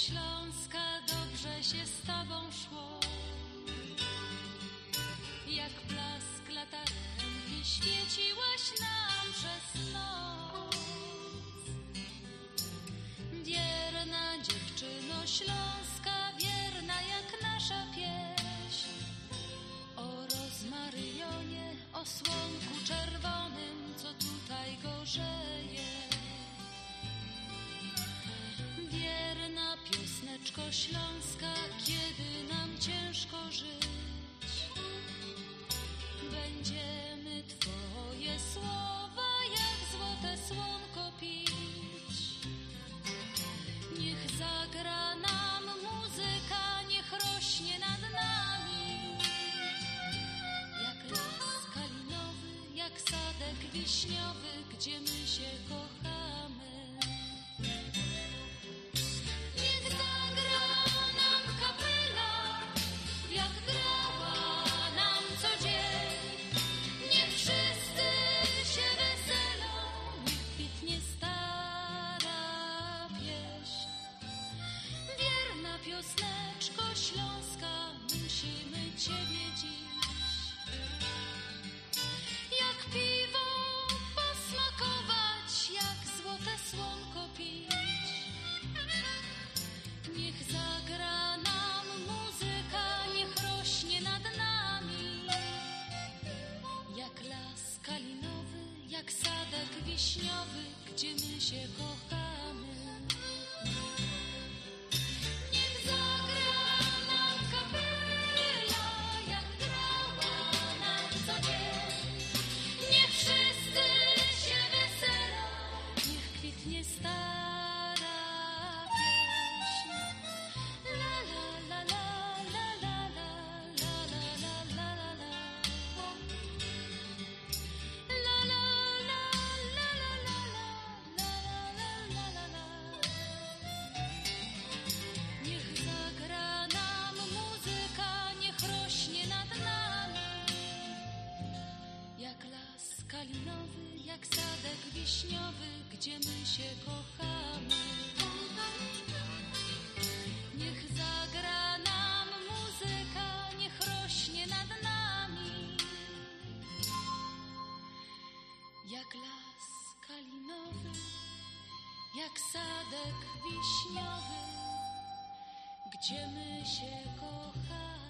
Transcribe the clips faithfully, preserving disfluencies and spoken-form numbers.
Śląska, dobrze się z tobą szło. Jak blask latarki świeciłaś nam przez noc. Wierna dziewczyno Śląska, wierna jak nasza pieśń. O rozmaryjonie, o słonku czerwonym, co tutaj gorzeje. Wierna piosneczko Śląska, kiedy nam ciężko żyć, będziemy twoje słowa jak złote słonko pić. Niech zagra nam muzyka, niech rośnie nad nami. Jak las kalinowy, jak sadek wiśniowy, gdzie my się kochamy. Niech zagra nam kapela, jak grała nam co dzień. Niech wszyscy się weselą, niech kwitnie stara pieśń. Wierna piosneczko Śląska, musimy ciebie dziś. Jak piwo posmakować, jak złote słonko pić. Niech zagra nam muzyka, niech rośnie nad nami. Jak las kalinowy, jak sadek wiśniowy, gdzie my się kochamy. Niech zagra nam kapela, jak grała nam co dzień. Niech wszyscy się weselą, niech kwitnie stara pieśń. La la la la la la la la la la la la. La la la la la la la la la la. Niech zagra nam muzyka, niech rośnie nad nami. Jak las kalinowy, jak sadek wiśniowy, gdzie my się kochamy. Niech zagra nam muzyka, niech rośnie nad nami. Jak las kalinowy, jak sadek wiśniowy, gdzie my się kochamy.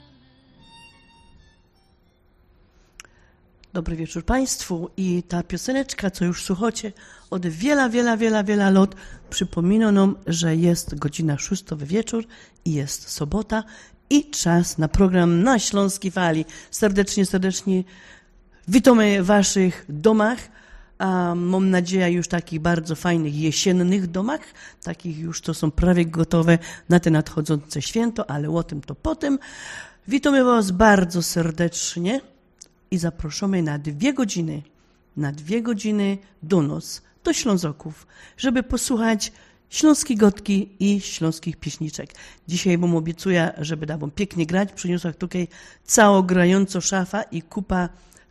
Dobry wieczór Państwu i ta pioseneczka, co już słuchacie od wiela, wiela, wiela, wiela lat, przypomina nam, że jest godzina szósta wieczór i jest sobota i czas na program Na Śląskiej Fali. Serdecznie, serdecznie witamy w Waszych domach. A mam nadzieję już takich bardzo fajnych jesiennych domach, takich już, co są prawie gotowe na te nadchodzące święto, ale o tym to potem. Witamy Was bardzo serdecznie i zapraszamy na dwie godziny, na dwie godziny do nas, do Ślązoków, żeby posłuchać śląskiej gotki i śląskich pieśniczek. Dzisiaj wam obiecuję, że będę wam pięknie grać. Przyniosła tutaj całogrająco szafa i kupa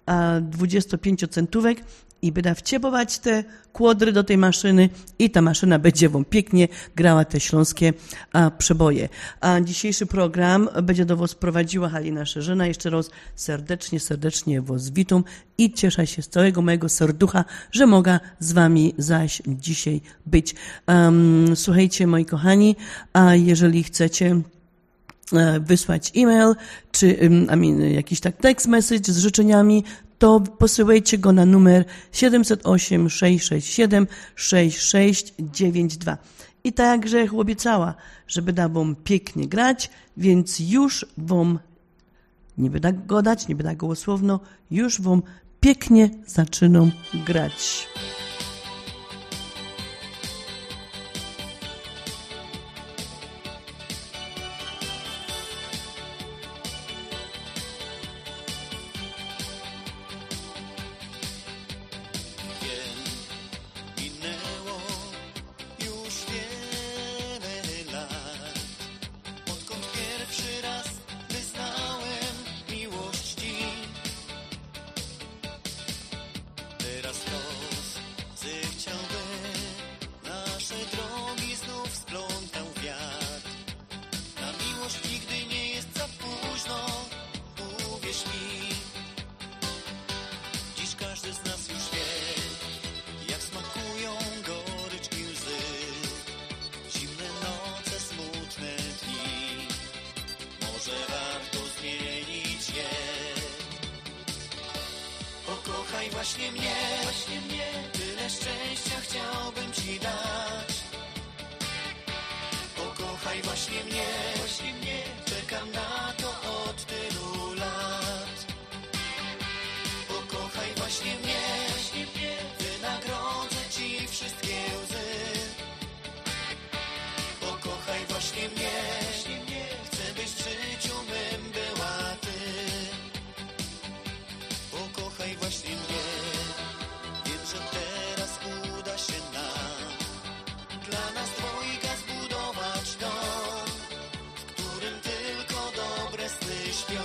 dwudziestopięciocentówek i będę wciebować te kłodry do tej maszyny i ta maszyna będzie wam pięknie grała te śląskie a, przeboje. A dzisiejszy program będzie do was prowadziła Halina Szerzyna. Jeszcze raz serdecznie, serdecznie was witam i cieszę się z całego mojego serducha, że mogę z wami zaś dzisiaj być. Um, słuchajcie, moi kochani, a jeżeli chcecie wysłać e-mail, czy I mean, jakiś tak text message z życzeniami, to posyłajcie go na numer siedem zero osiem sześć sześć siedem sześć sześć dziewięć dwa. I tak jak Grzech obiecała, że będę wam pięknie grać, więc już wam, nie będę gadać, nie będę gołosłowno, już wam pięknie zaczynam grać. Teraz los Pokochaj właśnie mnie, właśnie mnie, tyle szczęścia chciałbym Ci dać. Pokochaj właśnie mnie, właśnie mnie, czekam na to od tylu lat. Pokochaj właśnie mnie, właśnie mnie, wynagrodzę Ci wszystkie łzy. Pokochaj właśnie mnie, właśnie mnie, chcę byś w życiu mym była Ty. Pokochaj właśnie mnie, wiem, że teraz uda się nam dla nas dwojga zbudować dom, w którym tylko dobre sny śpią.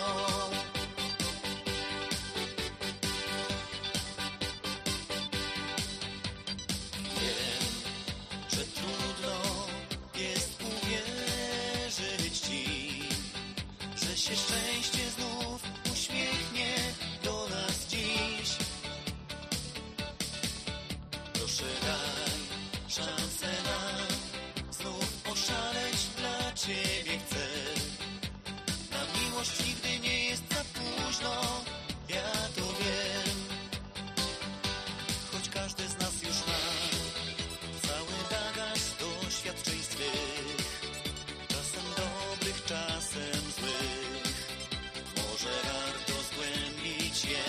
Wiem, że trudno jest uwierzyć Ci, że się szczęście znów uśmiechnie do nas dziś. Proszę daj szansę nam znów oszaleć, dla Ciebie chcę. Na miłość nigdy nie jest za późno, ja to wiem. Choć każdy z nas już ma cały bagaż doświadczeń swych, czasem dobrych, czasem złych, może warto zgłębić je.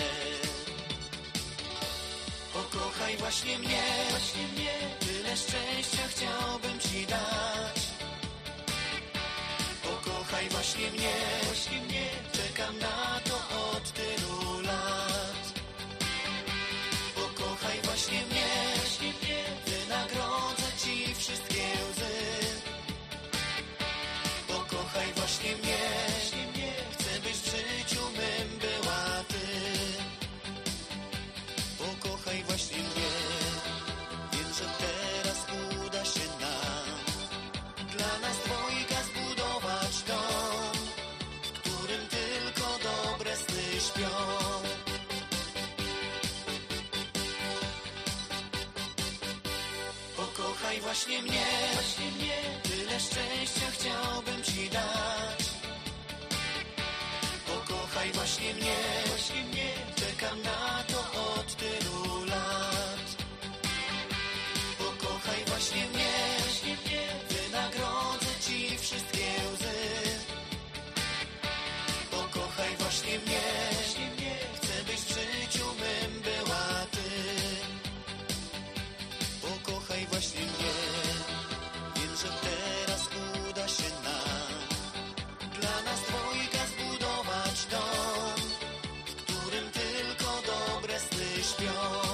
Pokochaj właśnie mnie, właśnie mnie, tyle szczęścia chciałbym Ci dać. Pokochaj właśnie mnie, właśnie mnie, czekam na to od tylu lat. Pokochaj właśnie mnie, właśnie mnie, wynagrodzę Ci wszystkie łzy. Pokochaj właśnie mnie, właśnie mnie, chcę byś w życiu mym była Ty. Pokochaj właśnie mnie, wiem, że teraz uda się nam dla nas dwojga zbudować dom, w którym tylko dobre sny śpią. Pokochaj właśnie mnie, właśnie mnie, tyle szczęścia chciałbym Ci dać. Pokochaj właśnie mnie, właśnie mnie, czekam na to od tylu lat. Pokochaj właśnie mnie, właśnie mnie, wynagrodzę Ci wszystkie łzy. Pokochaj właśnie mnie, właśnie mnie, chcę byś w życiu mym była Ty. Pokochaj właśnie mnie, wiem, że teraz uda się nam dla nas dwojga zbudować dom, w którym tylko dobre sny śpią.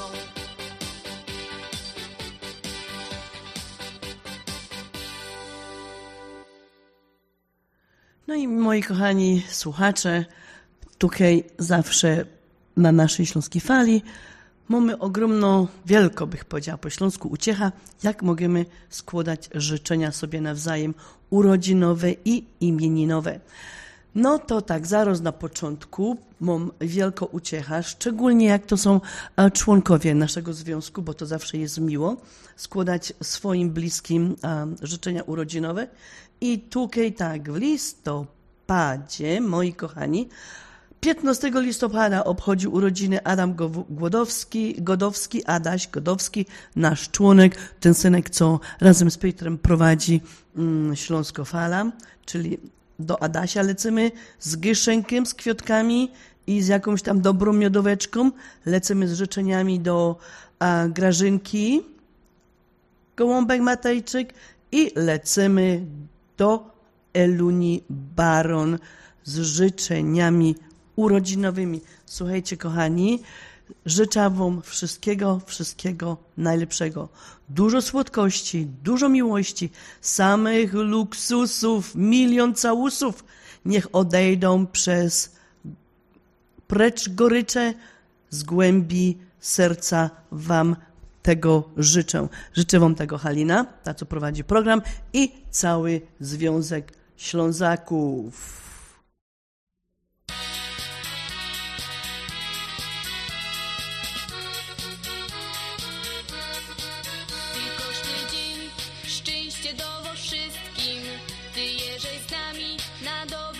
No i moi kochani słuchacze, tutaj zawsze na naszej Śląskiej Fali mamy ogromną, wielką, bych powiedziała po śląsku, uciecha, jak możemy składać życzenia sobie nawzajem urodzinowe i imieninowe. No to tak, zaraz na początku mam wielką uciechę, szczególnie jak to są członkowie naszego związku, bo to zawsze jest miło, składać swoim bliskim um, życzenia urodzinowe. I tutaj tak, w listopadzie, moi kochani, piętnastego listopada obchodzi urodziny Adam Godowski, Godowski, Adaś Godowski, nasz członek, ten synek, co razem z Piotrem prowadzi mm, Śląsko Fala, czyli do Adasia lecimy z gieszenkiem, z kwiatkami i z jakąś tam dobrą miodoweczką. Lecimy z życzeniami do a, Grażynki, Gołąbek Matejczyk i lecimy do Eluni Baron z życzeniami urodzinowymi. Słuchajcie, kochani, życzę wam wszystkiego, wszystkiego najlepszego. Dużo słodkości, dużo miłości, samych luksusów, milion całusów. Niech odejdą przez precz gorycze, z głębi serca wam tego życzę. Życzę wam tego Halina, ta co prowadzi program i cały Związek Ślązaków.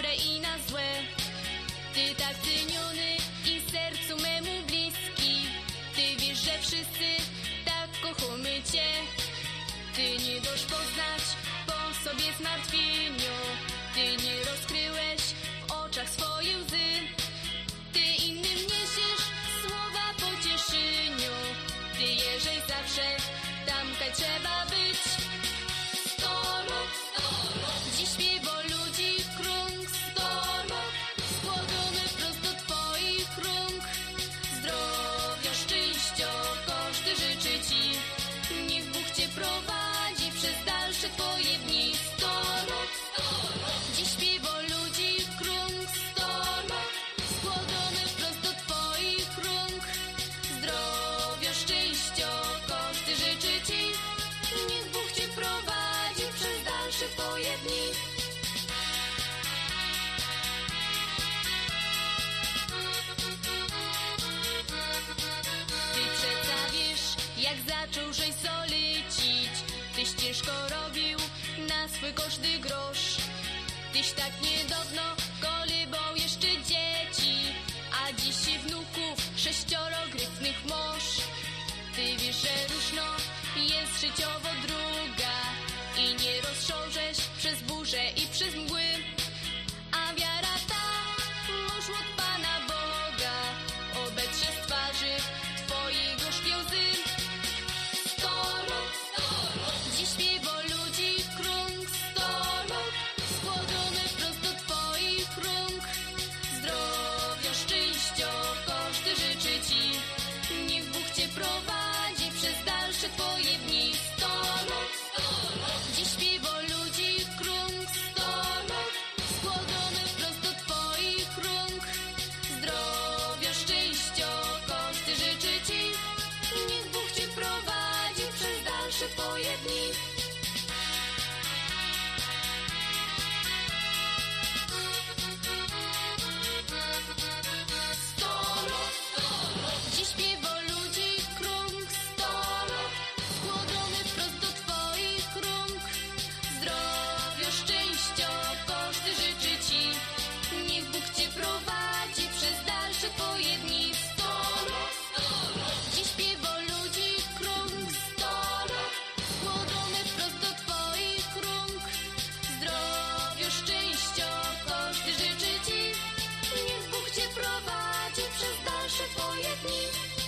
Ty tak ceniony i sercu memu bliski, zmartwieniu. Ty nie rozkryłeś w oczach swoje łzy. Ty innym niesiesz słowa pocieszeniu. Ty, Jerzej, zawsze tam, gdzie trzeba być. Sto lat, dziś śpiewo ludzi krąg. Sto lat, składamy wprost do twoich rąk. Zdrowia, szczęścia, każdy życzy ci. Niech Bóg cię prowadzi przez dalsze twoje dni. Sto lat, dziś śpiewo ludzi krąg. Sto lat, składamy wprost do twoich rąk. Zdrowia, szczęścia, każdy życzy ci. Niech Bóg cię prowadzi przez dalsze twoje dni. Ty przeca wiesz, jak zaczął żeś solicić. Tyś ciężko robił na swój każdy grosz. Tyś tak niedawno kolybał jeszcze dzieci, a dziś się wnuków sześcioro gryfnych moż. Ty wiesz, że różno jest życiowo druga i nie rozszerzesz przez burzę i przez mgły. A wiara ta może od Pana Boga obetrze z twarzy twojej gorzkie łzy. Sto lat, dziś śpiewo ludzi krąg. Sto lat, składamy wprost do twoich rąk. Zdrowia, szczęścia, każdy życzy ci. Niech Bóg cię prowadzi przez dalsze twoje dni. Sto lat, dziś śpiewo ludzi krąg. Sto lat, składamy wprost do twoich rąk. Zdrowia, szczęścia, każdy życzy ci. Niech Bóg cię prowadzi przez dalsze twoje dni. Sto lat, dziś śpiewo ludzi krąg. Sto lat, składamy wprost do twoich rąk. Zdrowia, szczęścia, każdy życzy ci. Niech Bóg cię prowadzi przez dalsze twoje dni. Sto lat, dziś śpiewo ludzi krąg. Sto lat, składamy wprost do twoich rąk. Zdrowia, szczęścia, każdy życzy ci. Niech Bóg cię prowadzi przez dalsze twoje dni.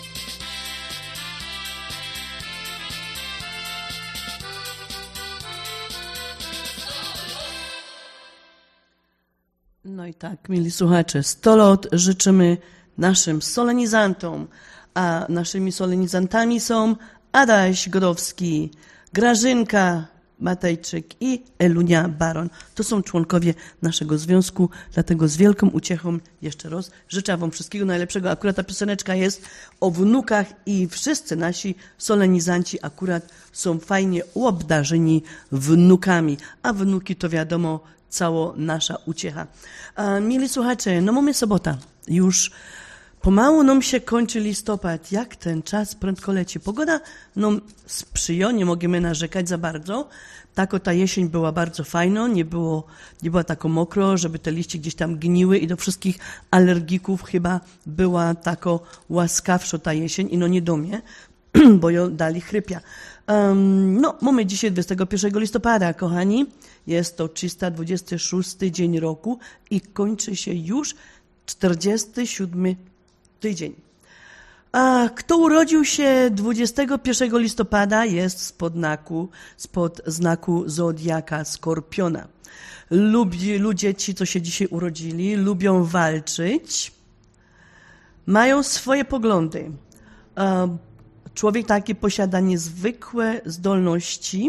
No i tak, mili słuchacze, sto lat życzymy naszym solenizantom, a naszymi solenizantami są Adaś Godowski, Grażynka Matejczyk i Elunia Baron. To są członkowie naszego związku, dlatego z wielką uciechą jeszcze raz życzę wam wszystkiego najlepszego. Akurat ta pioseneczka jest o wnukach i wszyscy nasi solenizanci akurat są fajnie obdarzeni wnukami, a wnuki to wiadomo cała nasza uciecha. A, mili słuchacze, no mamy sobota, już pomału nam się kończy listopad. Jak ten czas prędko leci. Pogoda nam sprzyja, nie możemy narzekać za bardzo. Tako ta jesień była bardzo fajna, nie było, nie była tako mokro, żeby te liście gdzieś tam gniły i do wszystkich alergików chyba była tako łaskawsza ta jesień i no nie do mnie, bo ją dali chrypia. Um, no, mamy dzisiaj dwudziestego pierwszego listopada, kochani. Jest to trzysta dwudziesty szósty dzień roku i kończy się już czterdziesty siódmy tydzień. A kto urodził się dwudziestego pierwszego listopada jest spod znaku, spod znaku zodiaka Skorpiona. Lubi, ludzie ci, co się dzisiaj urodzili, lubią walczyć, mają swoje poglądy. Człowiek taki posiada niezwykłe zdolności,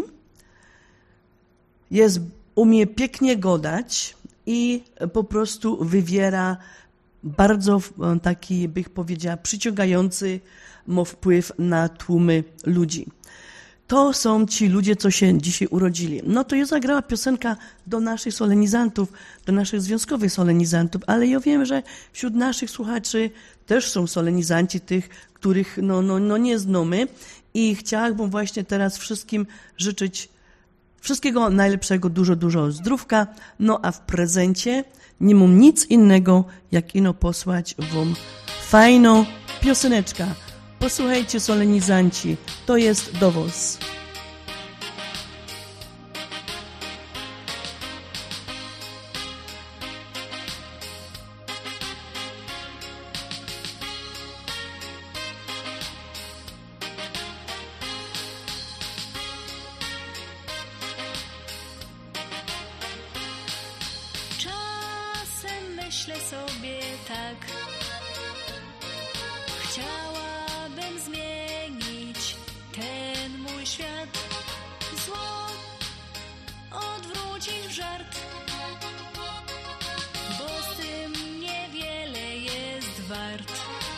jest, umie pięknie gadać i po prostu wywiera bardzo taki, bych powiedziała, przyciągający mu wpływ na tłumy ludzi. To są ci ludzie, co się dzisiaj urodzili. No to ja zagrała piosenka do naszych solenizantów, do naszych związkowych solenizantów, ale ja wiem, że wśród naszych słuchaczy też są solenizanci tych, których no, no, no nie znamy i chciałabym właśnie teraz wszystkim życzyć wszystkiego najlepszego, dużo, dużo zdrówka, no a w prezencie nie mam nic innego, jak ino posłać wam fajną pioseneczkę. Posłuchajcie, solenizanci, to jest do was. myślę sobie tak. Chciałabym zmienić ten mój świat, zło odwrócić w żart, bo z tym niewiele jest wart.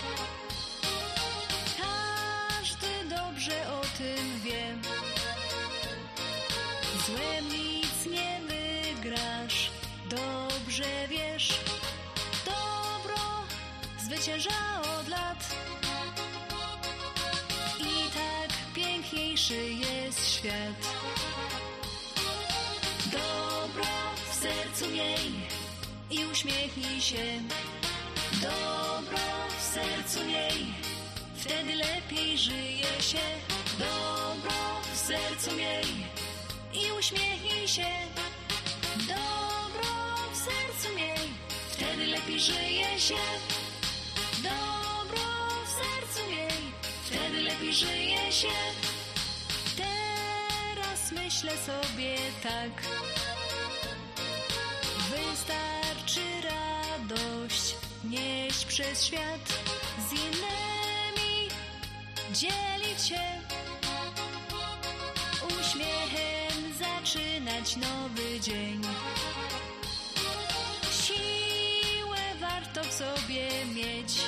Każdy dobrze o tym wie, złem nic nie wygrasz, dobrze wiesz. Dobro zwycięża od lat i tak piękniejszy jest świat. Dobro w sercu miej i uśmiechnij się. Dobro w sercu miej, wtedy lepiej żyje się. Dobro w sercu miej i uśmiechnij się. Dobro w sercu miej, wtedy lepiej żyje się. Dobro w sercu miej, wtedy lepiej żyje się. Teraz myślę sobie tak. Wystarczy radość nieść przez świat, z innymi dzielić się, uśmiechem zaczynać nowy dzień. Siłę warto w sobie mieć,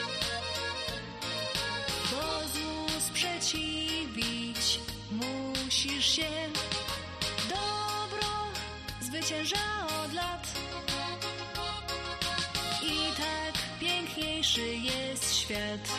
bo złu sprzeciwić musisz się. Dobro zwycięża od lat i tak piękniejszy jest świat.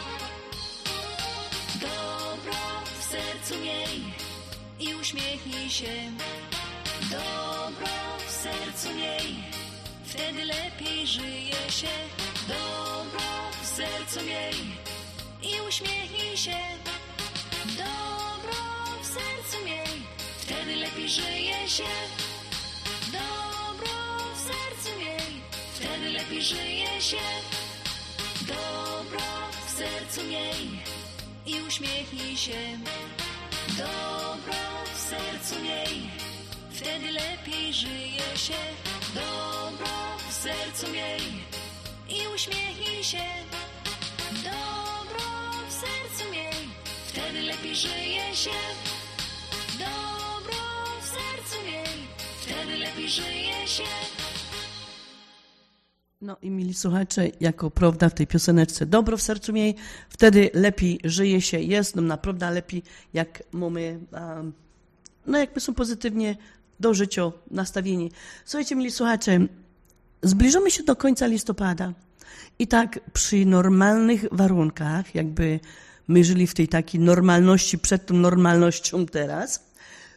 Dobro w sercu miej i uśmiechnij się. Dobro w sercu miej, wtedy lepiej żyje się. Dobro w sercu miej i uśmiechnij się. Dobro w sercu miej, wtedy lepiej żyje się. Dobro w sercu miej, wtedy lepiej żyje się. Dobro w sercu miej i uśmiechnij się. Dobro w sercu miej, wtedy lepiej żyje się. Dobro w sercu miej i uśmiechnij się. Dobro w sercu miej, wtedy lepiej żyje się. Dobro w sercu miej, wtedy lepiej żyje się. No i mili słuchacze, jako prawda w tej pioseneczce dobro w sercu miej, wtedy lepiej żyje się, jest nam naprawdę lepiej, jak mamy, um, no jakby są pozytywnie do życia nastawieni. Słuchajcie, mili słuchacze, zbliżamy się do końca listopada i tak przy normalnych warunkach, jakby my żyli w tej takiej normalności przed tą normalnością teraz,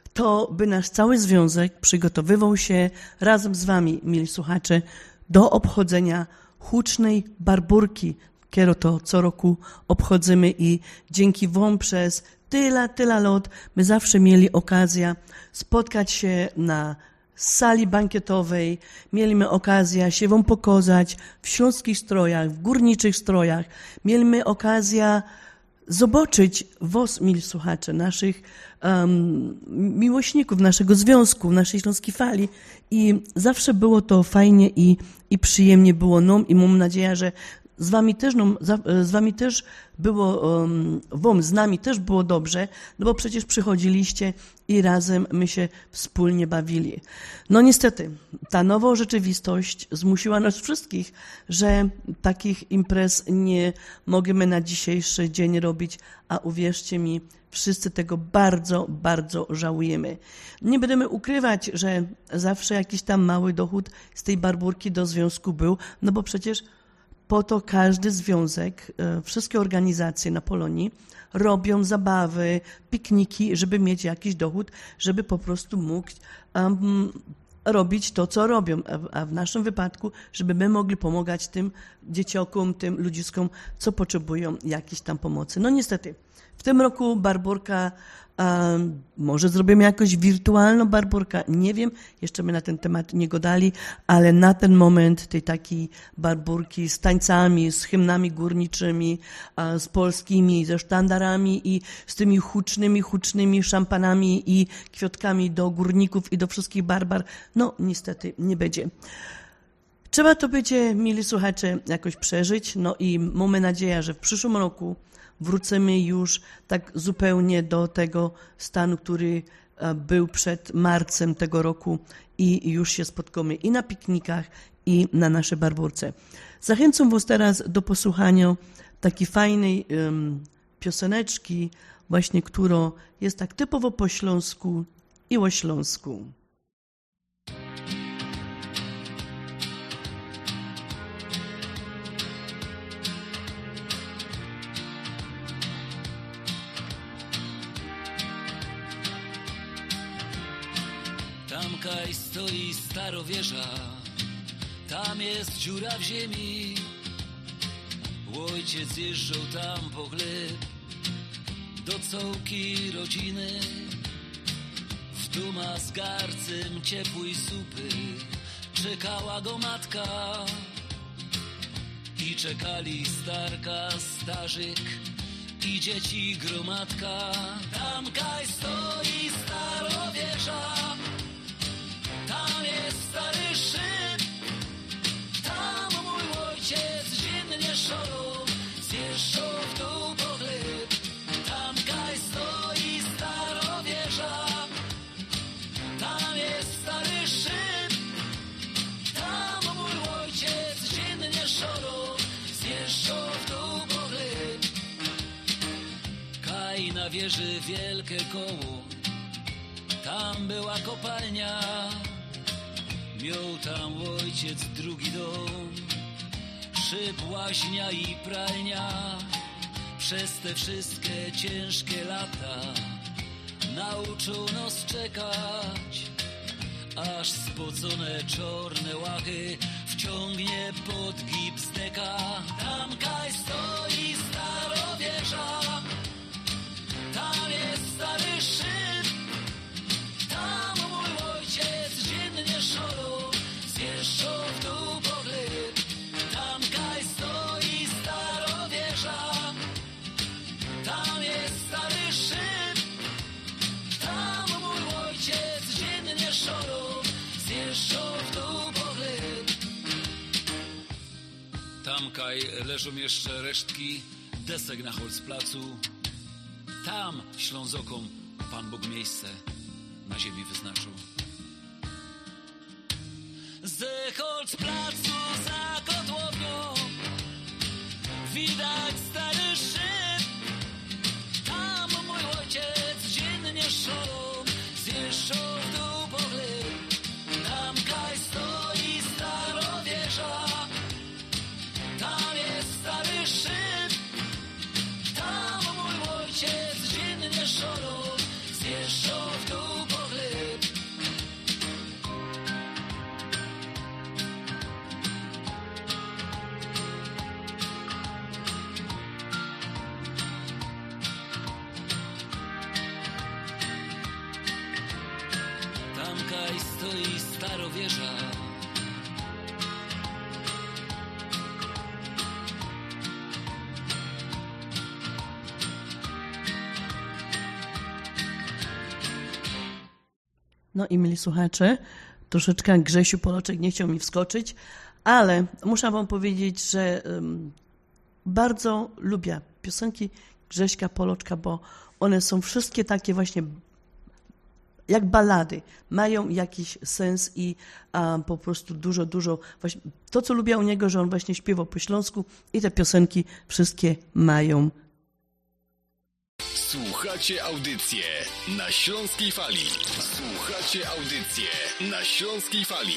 to by nasz cały związek przygotowywał się razem z wami, mili słuchacze, do obchodzenia hucznej Barburki, które to co roku obchodzimy i dzięki wam przez tyle, tyle lat my zawsze mieli okazję spotkać się na sali bankietowej, mieliśmy okazję się wam pokazać w śląskich strojach, w górniczych strojach, mieliśmy okazję zobaczyć was, mili słuchacze, naszych um, miłośników, naszego związku, naszej śląskiej fali i zawsze było to fajnie i, i przyjemnie było nam i mam nadzieję, że z wami też, no, z wami też było, um, wam, z nami też było dobrze, no bo przecież przychodziliście i razem my się wspólnie bawili. No niestety, ta nowa rzeczywistość zmusiła nas wszystkich, że takich imprez nie możemy na dzisiejszy dzień robić, a uwierzcie mi, wszyscy tego bardzo, bardzo żałujemy. Nie będziemy ukrywać, że zawsze jakiś tam mały dochód z tej Barburki do związku był, no bo przecież po to każdy związek, wszystkie organizacje na Polonii robią zabawy, pikniki, żeby mieć jakiś dochód, żeby po prostu mógł um, robić to, co robią. A w naszym wypadku, żeby my mogli pomagać tym dzieciakom, tym ludziskom, co potrzebują jakiejś tam pomocy. No niestety, w tym roku Barburka, um, może zrobimy jakoś wirtualną Barburkę, nie wiem, jeszcze my na ten temat nie gadali, ale na ten moment tej takiej Barburki z tańcami, z hymnami górniczymi, a, z polskimi, ze sztandarami i z tymi hucznymi, hucznymi szampanami i kwiatkami do górników i do wszystkich barbar, no niestety nie będzie. Trzeba to będzie, mili słuchacze, jakoś przeżyć, no i mamy nadzieję, że w przyszłym roku wrócimy już tak zupełnie do tego stanu, który był przed marcem tego roku i już się spotkamy i na piknikach, i na nasze barburce. Zachęcam Was teraz do posłuchania takiej fajnej um, pioseneczki, właśnie, która jest tak typowo po śląsku i o Śląsku. Tamkaj stoi starowieża, tam jest dziura w ziemi. Ojciec jeżdżał tam po chleb do cołki rodziny. W duma z garcem ciepłej supy czekała go matka i czekali starka, starzyk i dzieci gromadka. Tamkaj stoi starowieża, tam jest stary szyb, tam mój ojciec dziennie szorą zjeżdżał w dół po chleb. Tamkaj stoi starowieża, tam jest stary szyb, tam mój ojciec dziennie szorą zjeżdżał w dół po chleb. Kaj na wieży wielkie koło, tam była kopalnia. Miał tam ojciec drugi dom, szyb, łaźnia i pralnia. Przez te wszystkie ciężkie lata nauczył nas czekać, aż spocone czarne łachy wciągnie pod gips deka. Tamkaj stoi starowieża, tam jest stary szyb, tam mój ojciec dziennie szorą zjeżdżał w dół po chleb. Tamkaj stoi starowieża, tam jest stary szyb, tam mój ojciec dziennie szorą zjeżdżał w dół po chleb. Tamkaj leżą jeszcze resztki desek na Holzplacu. Tam Ślązokom Pan Bóg miejsce na ziemi wyznaczył. Z Holzplacu za kotłownią widać stary szyb, tam mój ojciec dziennie szorą zjeżdżał w dół po chleb. Tamkaj stoi starowieża, tam jest stary szyb, tam mój ojciec dziennie szorą zjeżdżał w dół po chleb. Tamkaj stoi starowieża, No i mieli słuchacze, troszeczkę Grzesiu Poloczek nie chciał mi wskoczyć, ale muszę wam powiedzieć, że um, bardzo lubię piosenki Grześka Poloczka, bo one są wszystkie takie właśnie jak ballady, mają jakiś sens i um, po prostu dużo, dużo, właśnie to co lubię u niego, że on właśnie śpiewał po śląsku i te piosenki wszystkie mają. Słuchacie audycję na Śląskiej Fali. Słuchacie audycję na Śląskiej Fali.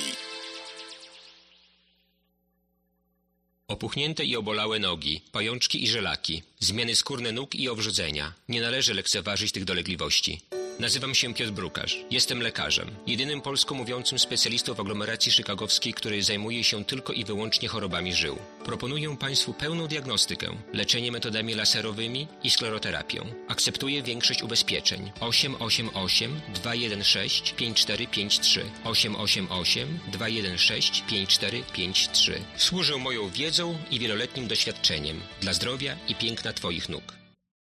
Opuchnięte i obolałe nogi, pajączki i żelaki, zmiany skórne nóg i owrzodzenia. Nie należy lekceważyć tych dolegliwości. Nazywam się Piotr Brukarz. Jestem lekarzem. Jedynym polsko mówiącym specjalistą w aglomeracji chicagowskiej, który zajmuje się tylko i wyłącznie chorobami żył. Proponuję Państwu pełną diagnostykę, leczenie metodami laserowymi i skleroterapią. Akceptuję większość ubezpieczeń. osiem osiem osiem dwa jeden sześć pięć cztery pięć trzy osiem osiem osiem dwa jeden sześć pięć cztery pięć trzy. Służę moją wiedzą i wieloletnim doświadczeniem dla zdrowia i piękna Twoich nóg.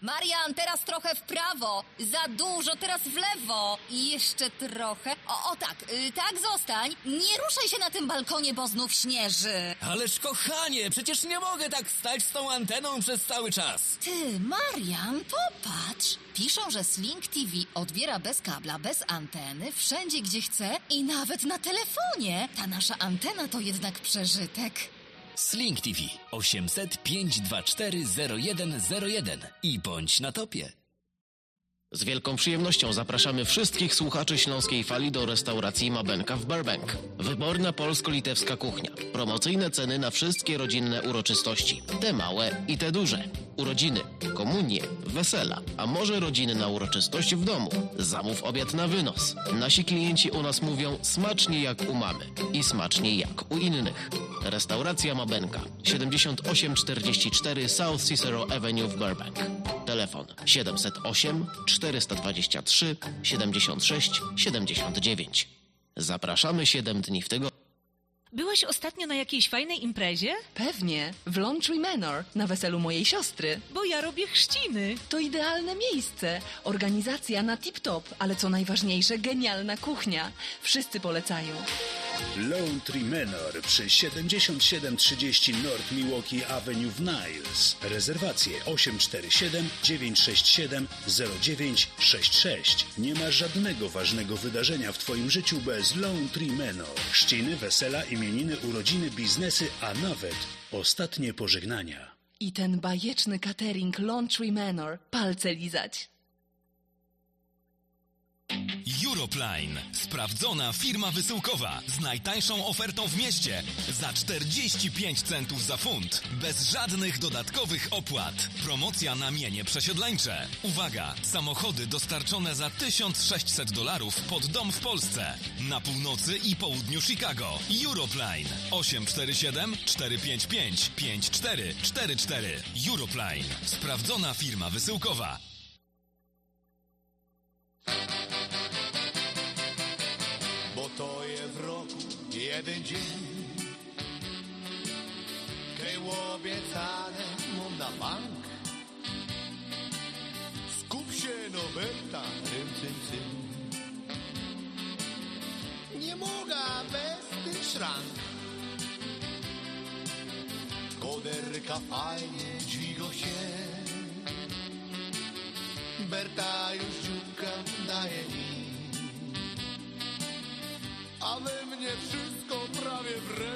Marian, teraz trochę w prawo. Za dużo, teraz w lewo. I jeszcze trochę. O, o tak, y, tak zostań. Nie ruszaj się na tym balkonie, bo znów śnieży. Ależ kochanie, przecież nie mogę tak stać z tą anteną przez cały czas. Ty, Marian, popatrz. Piszą, że Sling T V odbiera bez kabla, bez anteny, wszędzie gdzie chce i nawet na telefonie. Ta nasza antena to jednak przeżytek. Sling T V osiemset pięć dwa cztery zero jeden zero jeden i bądź na topie. Z wielką przyjemnością zapraszamy wszystkich słuchaczy Śląskiej Fali do restauracji Mabenka w Burbank. Wyborna polsko-litewska kuchnia. Promocyjne ceny na wszystkie rodzinne uroczystości. Te małe i te duże. Urodziny, komunie, wesela, a może rodziny na uroczystość w domu. Zamów obiad na wynos. Nasi klienci u nas mówią smacznie jak u mamy i smacznie jak u innych. Restauracja Mabenka, siedemdziesiąt osiem czterdzieści cztery South Cicero Avenue w Burbank. Telefon siedemset osiem czterysta dwadzieścia trzy siedemdziesiąt sześć siedemdziesiąt dziewięć. Zapraszamy siedem dni w tygodniu. Byłeś ostatnio na jakiejś fajnej imprezie? Pewnie, w Laundry Manor, na weselu mojej siostry. Bo ja robię chrzciny. To idealne miejsce. Organizacja na tip-top, ale co najważniejsze, genialna kuchnia. Wszyscy polecają. Laundry Manor przy siedemdziesiąt siedem trzydzieści North Milwaukee Avenue w Niles. Rezerwacje osiem cztery siedem dziewięć sześć siedem zero dziewięć sześć sześć. Nie ma żadnego ważnego wydarzenia w Twoim życiu bez Laundry Manor. Chrzciny, wesela, imieniny, urodziny, biznesy, a nawet ostatnie pożegnania. I ten bajeczny catering Laundry Manor. Palce lizać. Europline. Sprawdzona firma wysyłkowa z najtańszą ofertą w mieście za czterdzieści pięć centów za funt. Bez żadnych dodatkowych opłat. Promocja na mienie przesiedleńcze. Uwaga! Samochody dostarczone za tysiąc sześćset dolarów pod dom w Polsce. Na północy i południu Chicago. Europline. osiem cztery siedem cztery pięć pięć pięć cztery cztery cztery. Europline. Sprawdzona firma wysyłkowa. Bo to je w roku jeden dzień, kej obiecane mu na bank. Skup się, no Berta, rym, cym, cym. Nie mogę bez tych szrank. Koderka fajnie dźwigo się, Berta już dzióbka daje mi. A we mnie wszystko prawie wre,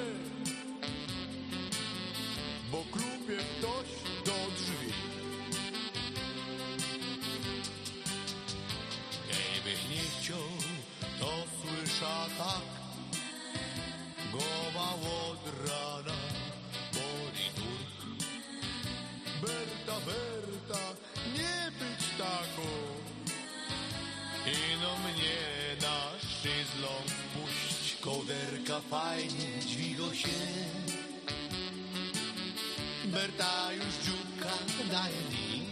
bo klubie ktoś do drzwi. Gejbych nie chciał, to słysza tak, głowa od rana boli duch. Berta, Berta, nie być taką, ino mnie na szyzląg puść. Koderka fajnie dźwigo się, Berta już dzióbka daje mi,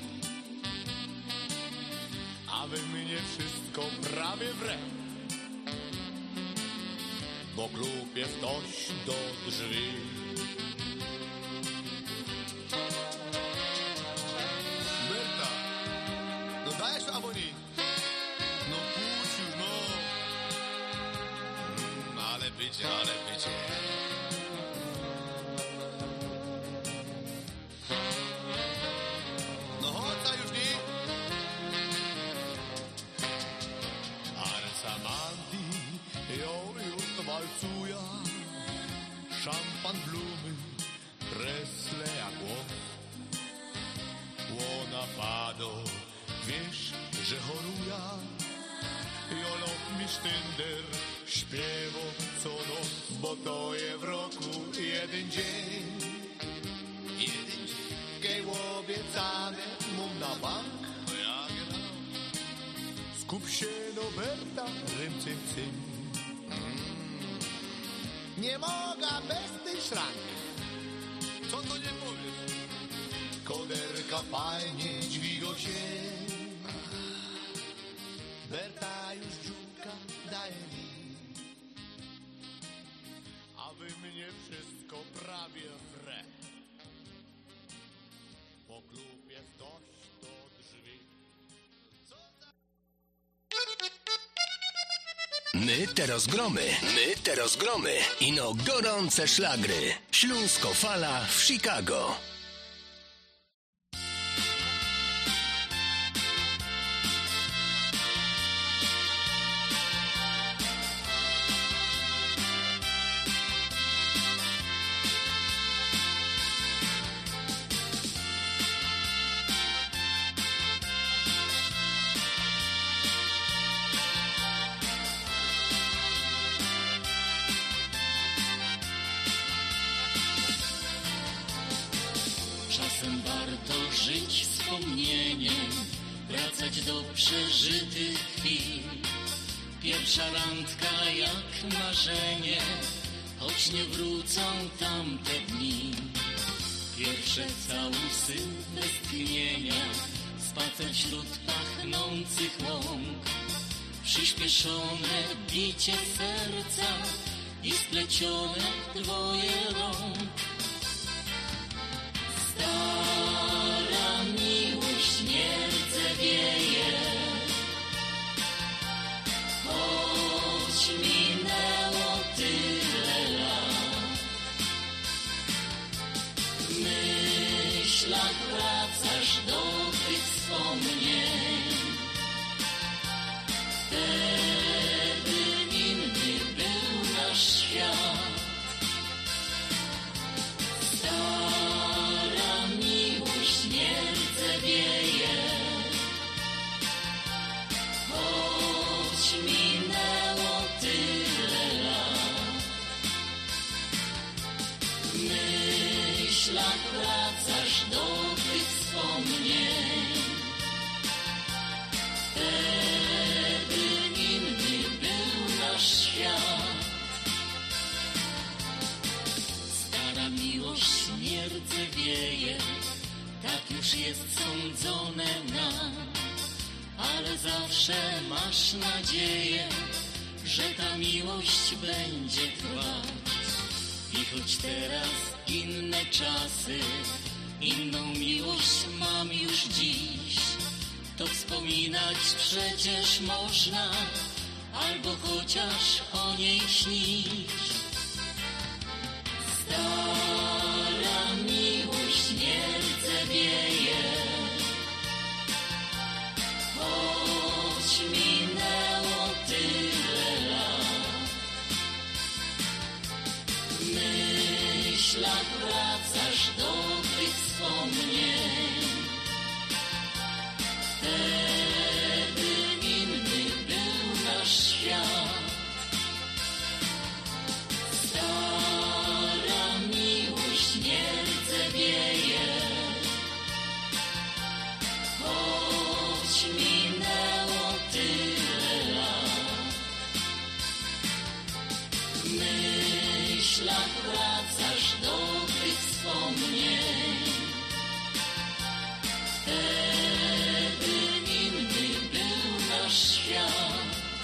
a we mnie wszystko prawie wre, bo klub jest dość do drzwi. Berta, no dajesz aboni? No puść już, no. Mm, ale bycie, ale bycie. No chodź, już nie. Arsamanti, jo już walcuja. Szampan, blumy, kresle jak łom. Łona pado, wiesz, że choruja. Jolot mi sztynder śpiewo co noc, bo to je w roku jeden dzień. Jeden dzień. Kej obiecane mum na bank. No ja genau. Skup się, no Berta, rym, cym, cym. Mm. Nie mogę bez tej szrank. Co to nie powiesz? Koderka fajnie dźwigo się, Berta już dzióbka daje mi, a wy mnie wszystko prawie wre, bo klub jest dość do drzwi. My teraz gromy, my teraz gromy. Ino gorące szlagry. Śląsko Fala w Chicago. Czasem warto żyć wspomnieniem, wracać do przeżytych chwil. Pierwsza randka jak marzenie, choć nie wrócą tamte dni. Pierwsze całusy westchnienia, spacer wśród pachnących łąk. Przyspieszone bicie serca i splecione dwoje rąk. Stara miłość nie rdzewieje, choć minęło tyle lat. W myślach wracasz do tych wspomnień. Wtedy inny był nasz świat. Stara miłość nie rdzewieje, choć minęło tyle lat. W myślach wracasz do tych wspomnień. Wtedy inny był nasz świat. Stara miłość nie rdzewieje, tak już jest sądzone nam, ale zawsze masz nadzieję, że ta miłość będzie trwać. I choć teraz inne czasy, inną miłość mam już dziś, to wspominać przecież można, albo chociaż o niej śnić. Stara miłość nie rdzewieje, choć minęło tyle lat. W myślach wracasz do tych wspomnień. Wtedy inny był nasz świat. Stara miłość nie rdzewieje, choć minęło tyle lat. W myślach wracasz do tych wspomnień. Wtedy inny był nasz świat.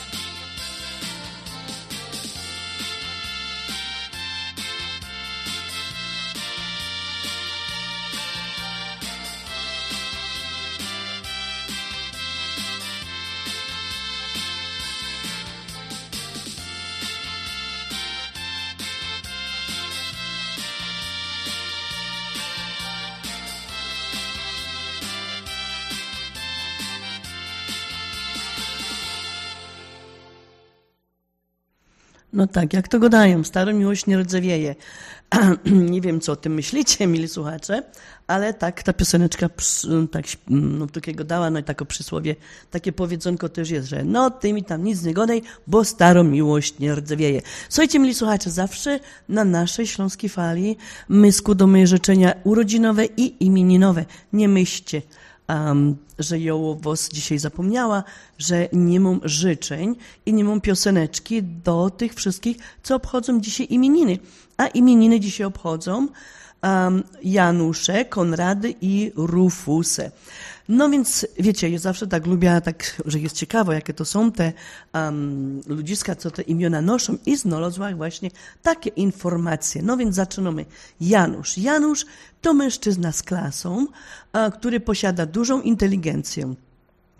No tak, jak to gadają, stara miłość nie rdzewieje. Nie wiem, co o tym myślicie, mili słuchacze, ale tak ta pioseneczka tak, no, takiego dała, no i takie przysłowie, takie powiedzonko też jest, że no ty mi tam nic nie godaj, bo starą miłość nie rdzewieje. Słuchajcie, mili słuchacze, zawsze na naszej Śląskiej Fali my składamy życzenia urodzinowe i imieninowe. Nie myślcie, Um, że ją was dzisiaj zapomniała, że nie mam życzeń i nie mam pioseneczki do tych wszystkich, co obchodzą dzisiaj imieniny. A imieniny dzisiaj obchodzą um, Janusze, Konrady i Rufuse. No więc, wiecie, ja zawsze tak lubię, tak, że jest ciekawe, jakie to są te um, ludziska, co te imiona noszą i znalazłam właśnie takie informacje. No więc zaczynamy. Janusz. Janusz to mężczyzna z klasą, a, który posiada dużą inteligencję.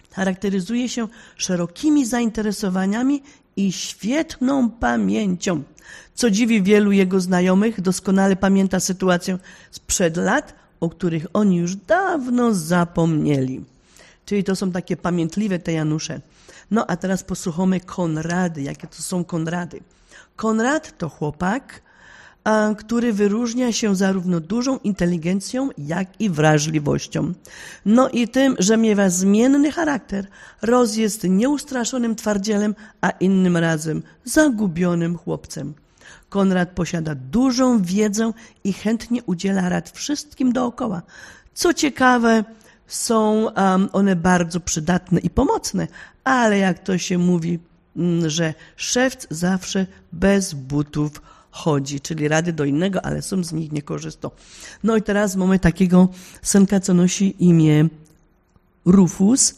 Charakteryzuje się szerokimi zainteresowaniami i świetną pamięcią. Co dziwi wielu jego znajomych, doskonale pamięta sytuację sprzed lat, o których oni już dawno zapomnieli. Czyli to są takie pamiętliwe te Janusze. No a teraz posłuchamy Konrady. Jakie to są Konrady? Konrad to chłopak, a, który wyróżnia się zarówno dużą inteligencją, jak i wrażliwością. No i tym, że miewa zmienny charakter. Roz jest nieustraszonym twardzielem, a innym razem zagubionym chłopcem. Konrad posiada dużą wiedzę i chętnie udziela rad wszystkim dookoła. Co ciekawe, są um, one bardzo przydatne i pomocne, ale jak to się mówi, m, że szewc zawsze bez butów chodzi, czyli rady do innego, ale sam z nich nie korzysta. No i teraz mamy takiego synka, co nosi imię Rufus.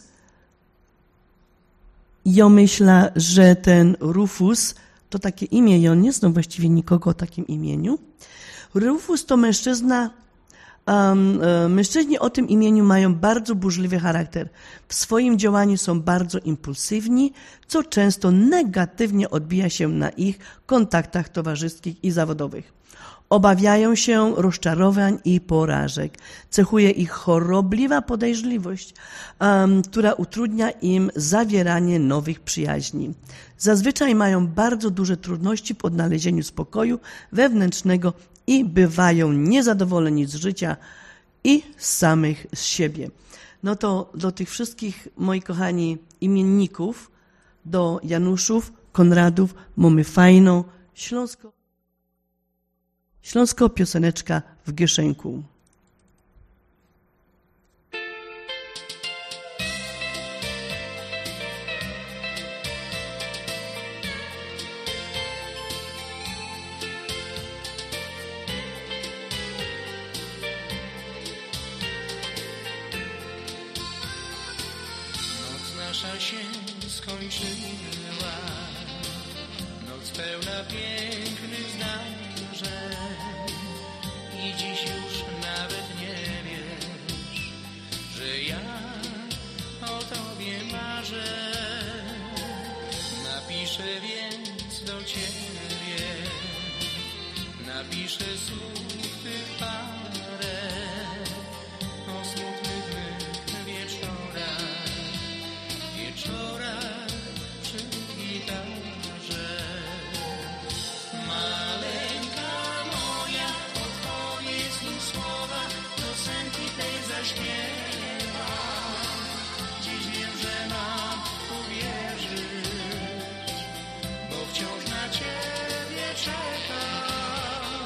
Ja myślę, że ten Rufus to takie imię i on nie zna właściwie nikogo o takim imieniu. Rufus to mężczyzna, um, mężczyźni o tym imieniu mają bardzo burzliwy charakter. W swoim działaniu są bardzo impulsywni, co często negatywnie odbija się na ich kontaktach towarzyskich i zawodowych. Obawiają się rozczarowań i porażek. Cechuje ich chorobliwa podejrzliwość, um, która utrudnia im zawieranie nowych przyjaźni. Zazwyczaj mają bardzo duże trudności w odnalezieniu spokoju wewnętrznego i bywają niezadowoleni z życia i z samych z siebie. No to do tych wszystkich, moi kochani, imienników, do Januszów, Konradów, mamy fajną śląską Śląsko pioseneczka w Gieszenku. Noc nasza się skończyła, noc pełna pięknych zdań. I dziś już nawet nie wiesz, że ja o tobie marzę. Napiszę więc do ciebie, napiszę słów tych parę o smutnych mych wieczorach, wieczorach przy gitarze. Maleńka moja, odpowiedz mi słowa, piosenki tej zaśpiewa. Dziś wiem, że mam uwierzyć, bo wciąż na ciebie czekam.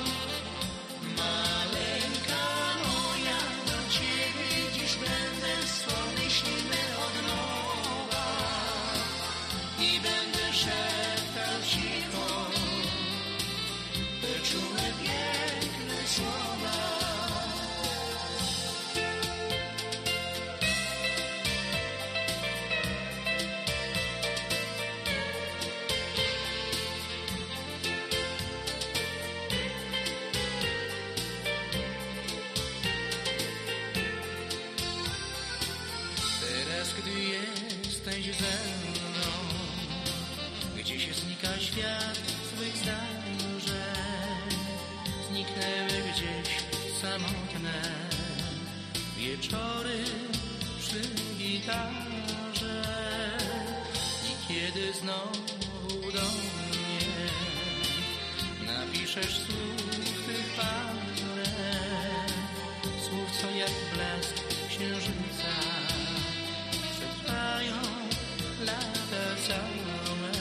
Maleńka moja, do ciebie dziś będę swą myślimy od nowa i będę szeptał cicho te czułe, piękne słowa. Teraz, gdy jesteś ze mną, gdzie się znika świat złych zdarzeń, zniknęły gdzieś samotne wieczory przy gitarze. I kiedy znowu do mnie napiszesz słów tych parę, słów, co jak blask księżyca przetrwają lata całe.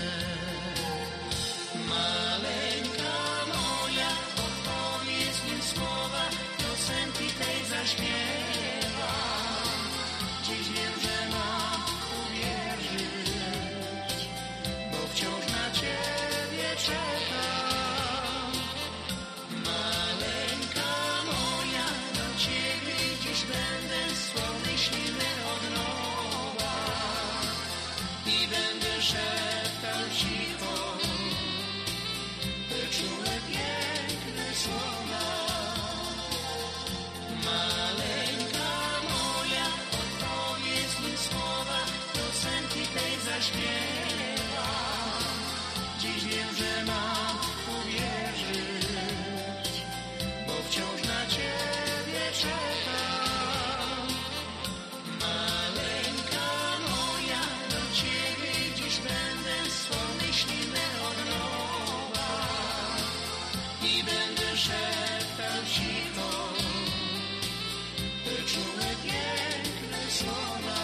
Maleńka moja, odpowiedz mi słowa, piosenki tej zaśpiewa. Dziś wiem, że mam uwierzyć, bo wciąż na ciebie czekam. Maleńka moja, do ciebie dziś będę swą myślimy od nowa i będę szeptał cicho te czułe, piękne słowa. Maleńka moja, odpowiedz mi słowa, zaśpiewam. Dziś wiem, że mam uwierzyć, bo wciąż na Ciebie czekam. Maleńka moja, do Ciebie dziś będę swą myśli me od nowa i będę szeptał cicho te czułe, piękne słowa.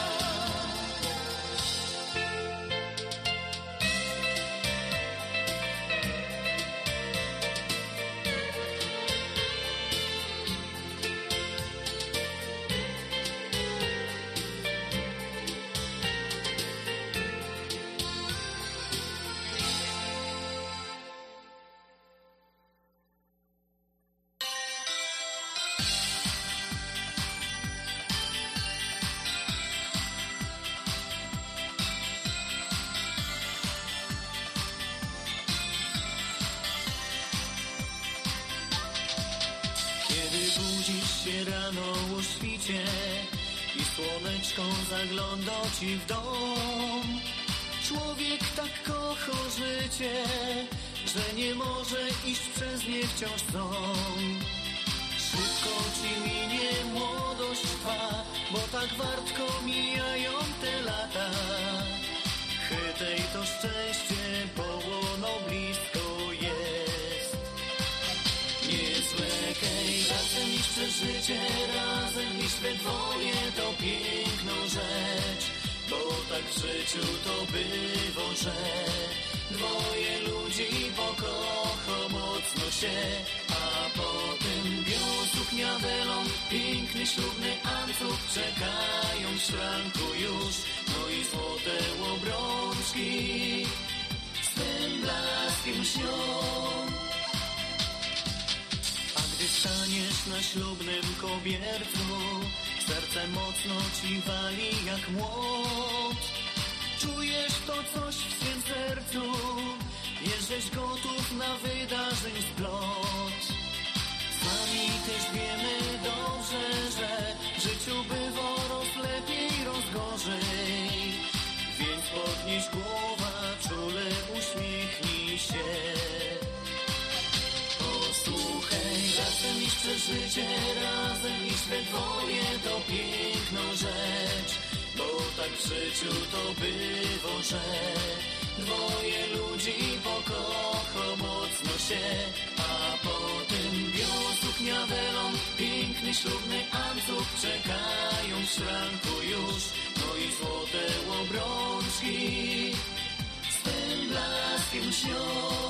Rano o świcie i słoneczko zagląda ci w dom. Człowiek tak kocha życie, że nie może iść przez nie wciąż dną. Szybko ci minie młodość twa, bo tak wartko mijają te lata. Chytej to szczęście połono blisko jest. Nie zwlekaj, razem jeszcze życie, razem iść we dwoje to piękną rzecz. Bo tak w życiu to bywa, że dwoje ludzi pokocha mocno się, a potem bią suknia welon, piękny ślubny ancuk, czekają w szranku już, no i złote obrączki z tym blaskiem śnią. Staniesz na ślubnym kobiercu, serce mocno ci wali jak młot. Czujesz to coś w swym sercu, jesteś gotów na wydarzeń splot. Sami też wiemy dobrze, że w życiu bywa roz lepiej, roz gorzej. Więc podnieś głowa, czule uśmiechnij się. Posłuchaj, razem iść przez życie, razem iść we dwoje to piękną rzecz. Bo tak w życiu to bywa, że dwoje ludzi pokocha mocno się, a potem bią suknia welon, piękny ślubny ancuk, czekają w szranku już, no i złote obrączki z tym blaskiem śnią.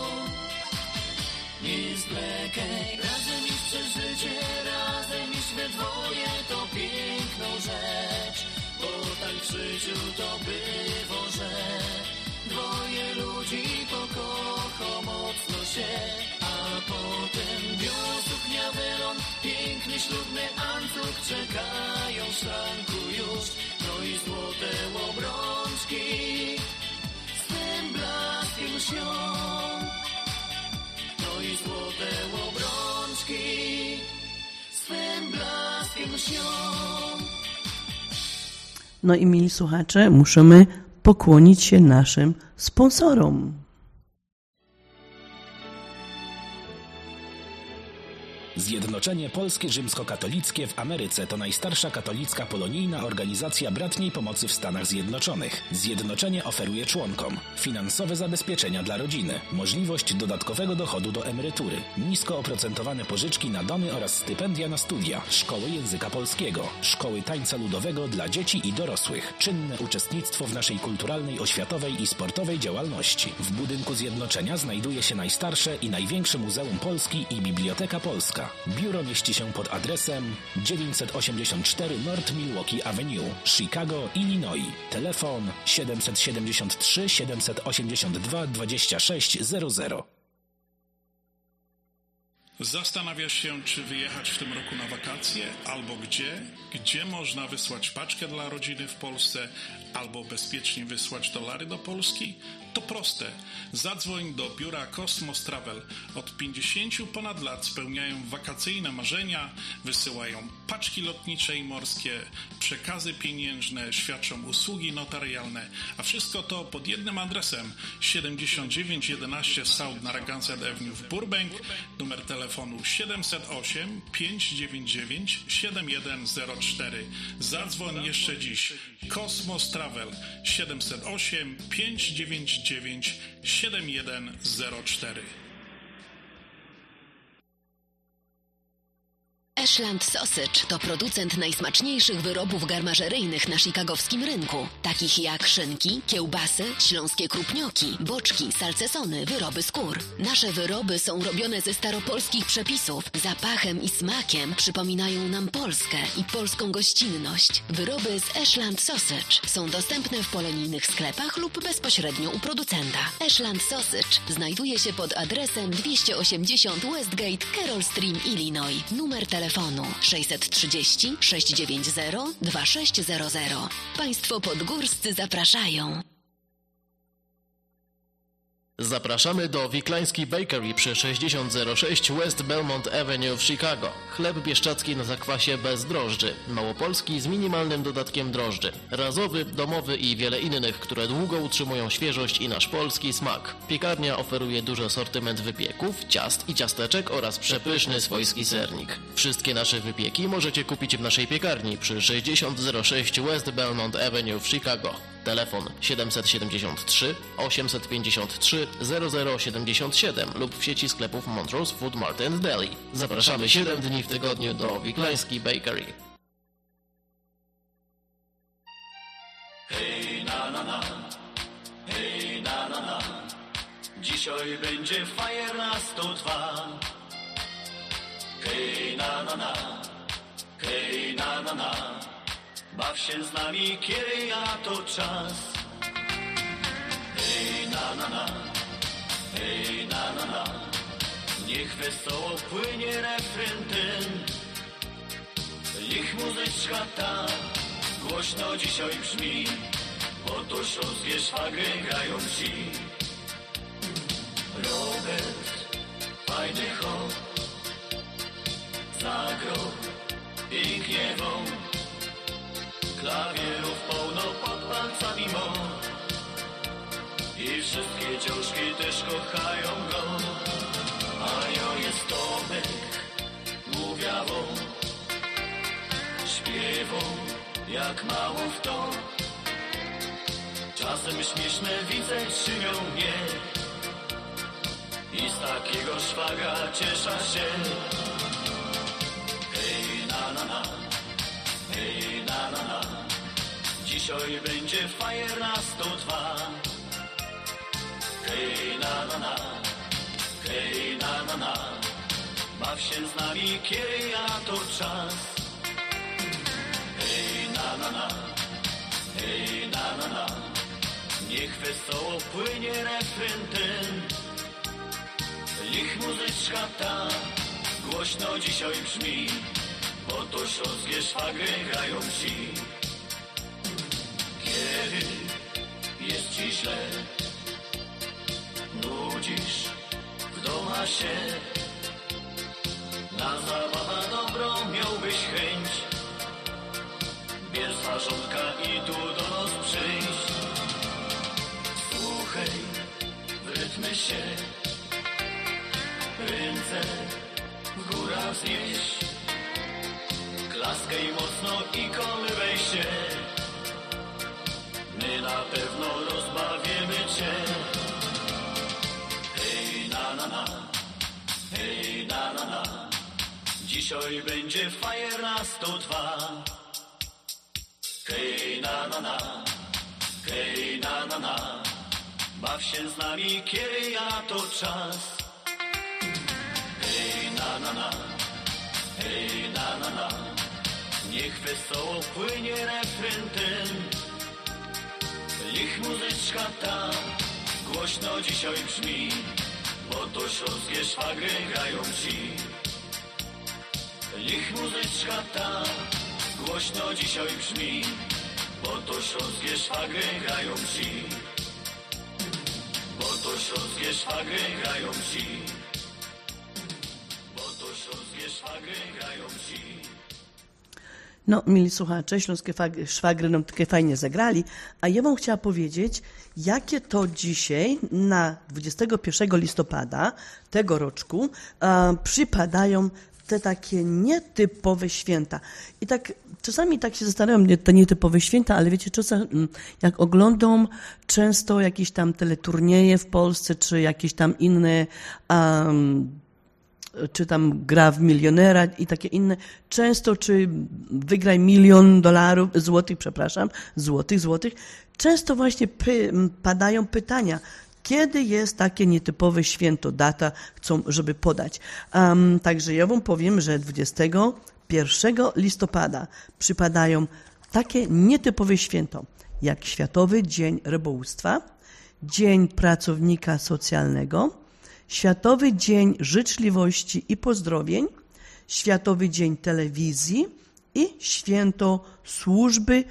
Nie zwlekaj, razem iść przez życie, razem iść we dwoje to piękną rzecz. Bo tak w życiu to bywa, że dwoje ludzi pokocha mocno się, a potem bią suknia welon, piękny ślubny ancuk, czekają w szranku już, no i złote obrączki z tym blaskiem śnią. No i złote obrączki swym blaskiem śnią. No i mili słuchacze, musimy pokłonić się naszym sponsorom. Zjednoczenie Polskie Rzymskokatolickie w Ameryce to najstarsza katolicka polonijna organizacja bratniej pomocy w Stanach Zjednoczonych. Zjednoczenie oferuje członkom finansowe zabezpieczenia dla rodziny, możliwość dodatkowego dochodu do emerytury, nisko oprocentowane pożyczki na domy oraz stypendia na studia, szkoły języka polskiego, szkoły tańca ludowego dla dzieci i dorosłych, czynne uczestnictwo w naszej kulturalnej, oświatowej i sportowej działalności. W budynku Zjednoczenia znajduje się najstarsze i największe Muzeum Polski i Biblioteka Polska. Biuro mieści się pod adresem dziewięćset osiemdziesiąt cztery North Milwaukee Avenue, Chicago, Illinois. Telefon siedem siedem trzy, siedem osiem dwa, dwa sześć zero zero. Zastanawiasz się, czy wyjechać w tym roku na wakacje, albo gdzie? Gdzie można wysłać paczkę dla rodziny w Polsce, albo bezpiecznie wysłać dolary do Polski? To proste. Zadzwoń do biura Cosmos Travel. Od pięćdziesięciu ponad lat spełniają wakacyjne marzenia, wysyłają paczki lotnicze i morskie, przekazy pieniężne, świadczą usługi notarialne, a wszystko to pod jednym adresem siedemdziesiąt dziewięć jedenaście South Narragansett Avenue w Burbank, numer telefonu siedem zero osiem, pięć dziewięć dziewięć, siedem jeden zero cztery. Zadzwoń jeszcze dziś. Cosmos Travel siedem zero osiem, pięć dziewięć dziewięć, siedem jeden zero cztery. Ashland Sausage to producent najsmaczniejszych wyrobów garmażeryjnych na chicagowskim rynku, takich jak szynki, kiełbasy, śląskie krupnioki, boczki, salcesony, wyroby skór. Nasze wyroby są robione ze staropolskich przepisów. Zapachem i smakiem przypominają nam Polskę i polską gościnność. Wyroby z Ashland Sausage są dostępne w polonijnych sklepach lub bezpośrednio u producenta. Ashland Sausage znajduje się pod adresem dwieście osiemdziesiąt Westgate, Carroll Stream, Illinois. Numer telefonu sześćset trzydzieści, sześćset dziewięćdziesiąt, dwa sześć zero zero. Państwo podgórscy zapraszają. Zapraszamy do Wiklański Bakery przy sześćdziesiąt zero sześć West Belmont Avenue w Chicago. Chleb bieszczacki na zakwasie bez drożdży. Małopolski z minimalnym dodatkiem drożdży. Razowy, domowy i wiele innych, które długo utrzymują świeżość i nasz polski smak. Piekarnia oferuje duży asortyment wypieków, ciast i ciasteczek oraz przepyszny swojski sernik. Wszystkie nasze wypieki możecie kupić w naszej piekarni przy sześćdziesiąt zero sześć West Belmont Avenue w Chicago. Telefon siedem siedem trzy, osiem pięć trzy, zero zero siedem siedem lub w sieci sklepów Montrose Food Mart and Deli. Zapraszamy siedem dni w tygodniu do Wiklański Bakery. Hej na na na, hej na na na, dzisiaj będzie fajer na sto dwa. Hej na na na, hej na na na, baw się z nami, kiedy ja to czas. Hej na na na, hej na na na, niech wesoło płynie refren ten. Niech muzyczka ta głośno dzisiaj brzmi, bo to śląskie szwagry grają ci. Robert, fajny hop, zagrał pięknie wą. Klawierów pełno pod palcami mo i wszystkie dziążki też kochają go. A jo jest Tomek, mówiawą, śpiewą jak mało w to. Czasem śmieszne widzę czynią mnie i z takiego szwaga ciesza się. Hej na na na, hej na na na, dzisiaj będzie fajer na sto dwa. Hej na na na, hej na na na, baw się z nami, kiedy ja to czas. Hej na na na, hej na na na, niech wesoło płynie refren ten. Niech muzyczka ta głośno dzisiaj brzmi, bo to śląskie szwagry grają ci. Kiedy jest ci źle, nudzisz w doma się, na zabawę dobrą miałbyś chęć, bierz zarządka i tu do nas przyjść. Słuchaj, w rytmy się, ręce w górach znieś, klaskaj mocno i kolybaj się, my na pewno rozbawimy cię. Hej na na na, hej na na na, dzisiaj będzie fajer na sto dwa. Hej na na na, hej na na na, baw się z nami, kiedy ja to czas. Hej na na na, hej na na na, niech wesoło płynie refren ten. Niech muzyczka ta głośno dzisiaj brzmi, bo to śląskie szwagry grają ci. Niech muzyczka ta głośno dzisiaj brzmi, bo to śląskie szwagry grają ci. śląskie szwagry grają wsi. Bo to śląskie szwagry grają wsi. No, mili słuchacze, śląskie szwagry nam takie fajnie zagrali, a ja wam chciała powiedzieć, jakie to dzisiaj na dwudziestego pierwszego listopada tego roczku e, przypadają te takie nietypowe święta. I tak czasami tak się zastanawiam, te nietypowe święta, ale wiecie, czasem jak oglądam często jakieś tam teleturnieje w Polsce, czy jakieś tam inne um, czy tam gra w milionera i takie inne, często czy wygraj milion dolarów, złotych, przepraszam, złotych, złotych, często właśnie py, padają pytania, kiedy jest takie nietypowe święto, data chcą, żeby podać. Um, także ja wam powiem, że dwudziestego pierwszego listopada przypadają takie nietypowe święto, jak Światowy Dzień Rybołówstwa, Dzień Pracownika Socjalnego, Światowy Dzień Życzliwości i Pozdrowień, Światowy Dzień Telewizji i Święto Służby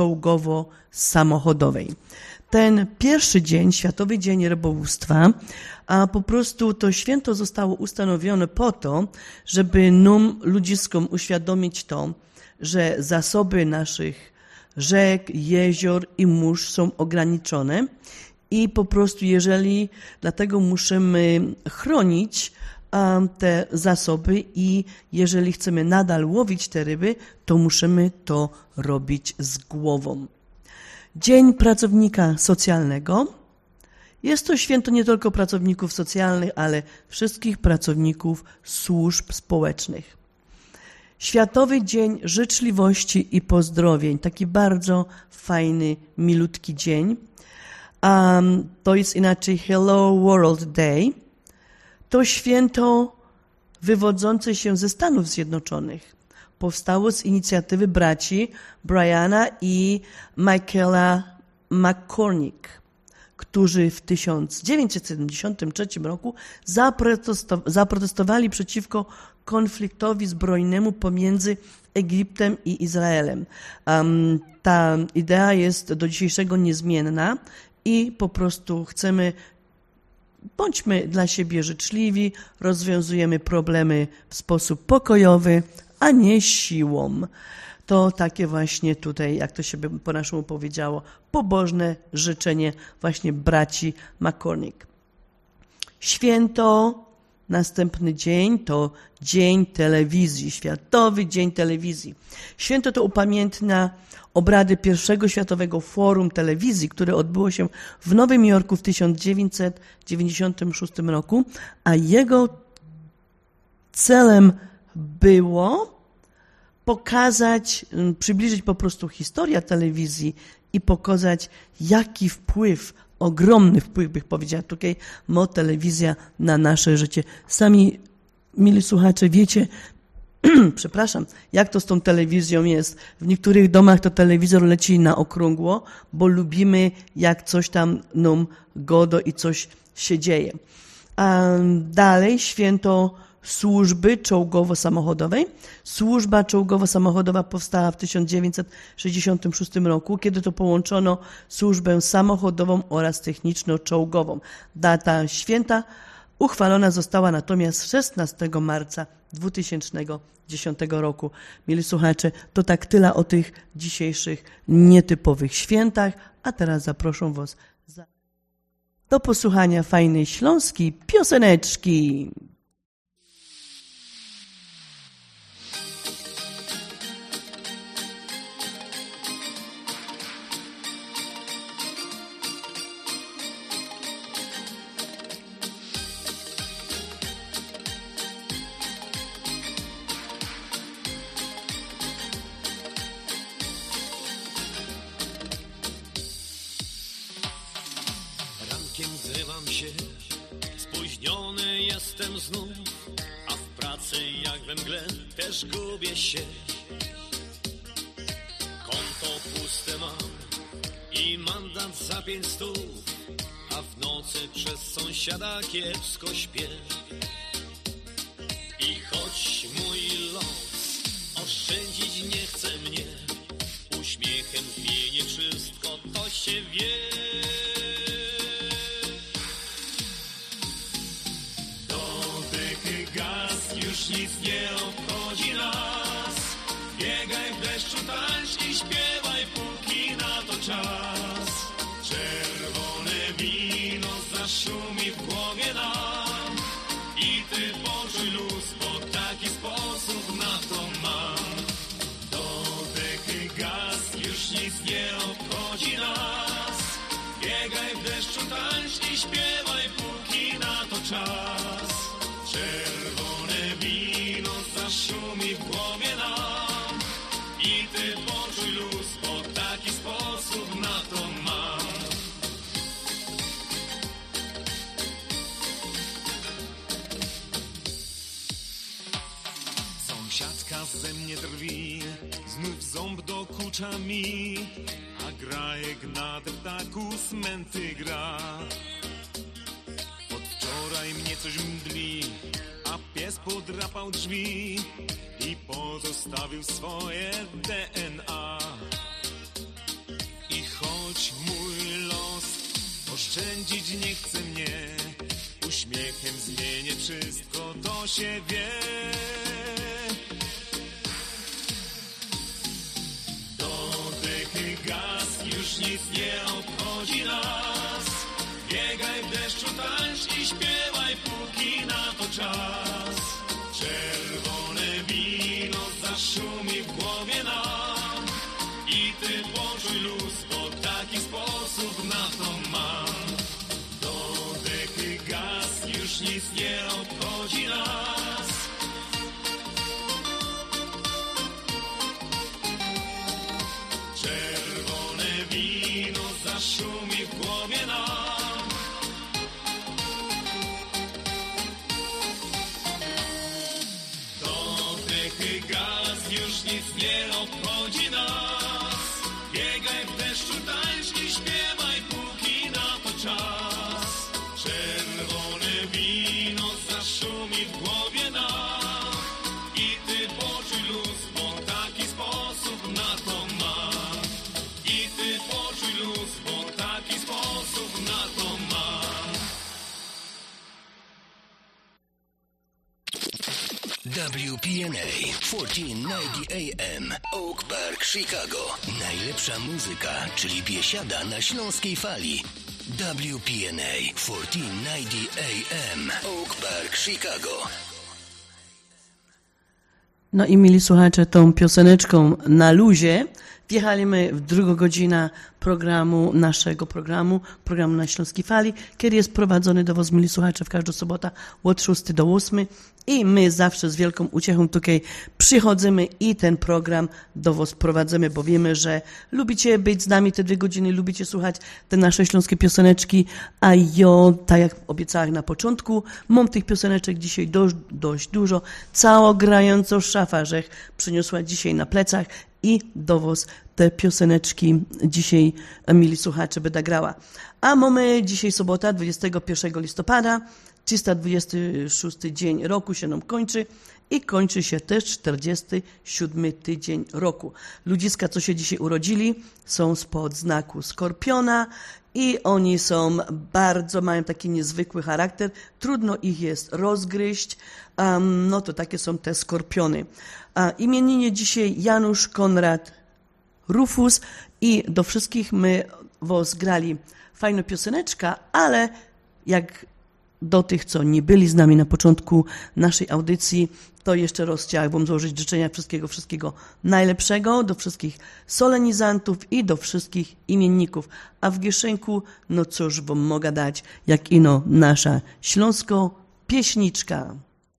Czołgowo-Samochodowej. Ten pierwszy dzień, Światowy Dzień Rybołówstwa, a po prostu to święto zostało ustanowione po to, żeby nam, ludziskom, uświadomić to, że zasoby naszych rzek, jezior i mórz są ograniczone i po prostu jeżeli, dlatego musimy chronić um, te zasoby i jeżeli chcemy nadal łowić te ryby, to musimy to robić z głową. Dzień Pracownika Socjalnego. Jest to święto nie tylko pracowników socjalnych, ale wszystkich pracowników służb społecznych. Światowy Dzień Życzliwości i Pozdrowień. Taki bardzo fajny, milutki dzień. Um, to jest inaczej Hello World Day. To święto wywodzące się ze Stanów Zjednoczonych. Powstało z inicjatywy braci Briana i Michaela McCormick, którzy w tysiąc dziewięćset siedemdziesiątym trzecim roku zaprotestowali przeciwko konfliktowi zbrojnemu pomiędzy Egiptem i Izraelem. Um, ta idea jest do dzisiejszego niezmienna i po prostu chcemy, bądźmy dla siebie życzliwi, rozwiązujemy problemy w sposób pokojowy, a nie siłą. To takie właśnie tutaj, jak to się by po naszemu powiedziało, pobożne życzenie właśnie braci McCormick. Święto, następny dzień to Dzień Telewizji, Światowy Dzień Telewizji. Święto to upamiętnia obrady pierwszego Światowego Forum Telewizji, które odbyło się w Nowym Jorku w tysiąc dziewięćset dziewięćdziesiątym szóstym roku, a jego celem było pokazać, przybliżyć po prostu historię telewizji i pokazać, jaki wpływ, ogromny wpływ, bych powiedziała, tutaj ma telewizja na nasze życie. Sami, mili słuchacze, wiecie, przepraszam, jak to z tą telewizją jest. W niektórych domach to telewizor leci na okrągło, bo lubimy, jak coś tam nam godo i coś się dzieje. A dalej święto Służby Czołgowo-Samochodowej. Służba Czołgowo-Samochodowa powstała w tysiąc dziewięćset sześćdziesiątym szóstym roku, kiedy to połączono służbę samochodową oraz techniczno-czołgową. Data święta uchwalona została natomiast szesnastego marca dwutysięcznego dziesiątego roku. Mieli słuchacze, to tak tyle o tych dzisiejszych nietypowych świętach, a teraz zaproszę was za... do posłuchania fajnej śląskiej pioseneczki. Zrywam się, spóźniony jestem znów, a w pracy jak we mgle też gubię się. Konto puste mam i mandat za pięć stów, a w nocy przez sąsiada kiepsko śpię. I choć mój los oszczędzić nie chce mnie, uśmiechem zmienię wszystko, to się wie. deszczu tańcz i śpiewaj, póki na to czas. Czerwone wino zaszumi w głowie nam i ty poczuj luz, bo taki sposób na to mam. Dodechy gaz, już nic nie obchodzi nas. Biegaj w deszczu, tańcz i śpiewaj, póki na to czas. Czerwone wino zaszumi w głowie nam i ty poczuj luz, bo taki sposób na to mam. Sąsiadka ze mnie drwi, znów ząb dokucza mi, a grajek na deptaku smęty gra. Od wczoraj mnie coś mdli, a pies podrapał drzwi i pozostawił swoje D N A. I choć mój los oszczędzić nie chce mnie, uśmiechem zmienię wszystko, to się wie. Dodechy gaz, już nic nie obchodzi nas. Biegaj w deszczu, tańcz i śpiewaj, póki na to czas. Czerwone wino zaszumi w głowie nam i ty poczuj luz, bo taki sposób na to mam. Dodechy gaz, już nic nie obchodzi nas. Czerwone wino zaszumi w głowie nam. Dodechy gaz, już nic nie obchodzi nas. Biegaj w deszczu, tańcz i śpiewaj, póki na to czas. Czerwone wino zaszumi w głowie nam i ty poczuj luz, bo taki sposób na to mam. I ty poczuj luz, bo taki sposób na to mam. W P N A czternaście dziewięćdziesiąt A M Oak Park, Chicago. Najlepsza muzyka, czyli biesiada na śląskiej fali. W P N A czternaście dziewięćdziesiąt A M Oak Park, Chicago. No i mili słuchacze, tą pioseneczką na luzie wjechaliśmy w drugą godzinę programu, naszego programu, programu na Śląskiej Fali, kiedy jest prowadzony do was, mili słuchacze, w każdą sobotę od szóstej do ósmej i my zawsze z wielką uciechą tutaj przychodzimy i ten program do was prowadzimy, bo wiemy, że lubicie być z nami te dwie godziny, lubicie słuchać te nasze śląskie pioseneczki, a ja, tak jak obiecałam na początku, mam tych pioseneczek dzisiaj dość, dość dużo, cało grającą szafę, żech przyniosła dzisiaj na plecach i do was te pioseneczki dzisiaj, mili słuchacze, będę grała. A mamy dzisiaj sobota, dwudziestego pierwszego listopada, trzysta dwudziesty szósty dzień roku się nam kończy i kończy się też czterdziesty siódmy tydzień roku. Ludziska, co się dzisiaj urodzili, są spod znaku Skorpiona i oni są bardzo, mają taki niezwykły charakter, trudno ich jest rozgryźć, um, no to takie są te Skorpiony. A imieniny dzisiaj Janusz, Konrad, Rufus i do wszystkich my was grali fajną pioseneczkę, ale jak do tych, co nie byli z nami na początku naszej audycji, to jeszcze raz chciałabym złożyć życzenia wszystkiego, wszystkiego najlepszego do wszystkich solenizantów i do wszystkich imienników. A w Gieszenku, no cóż wam mogę dać, jak ino nasza śląsko pieśniczka.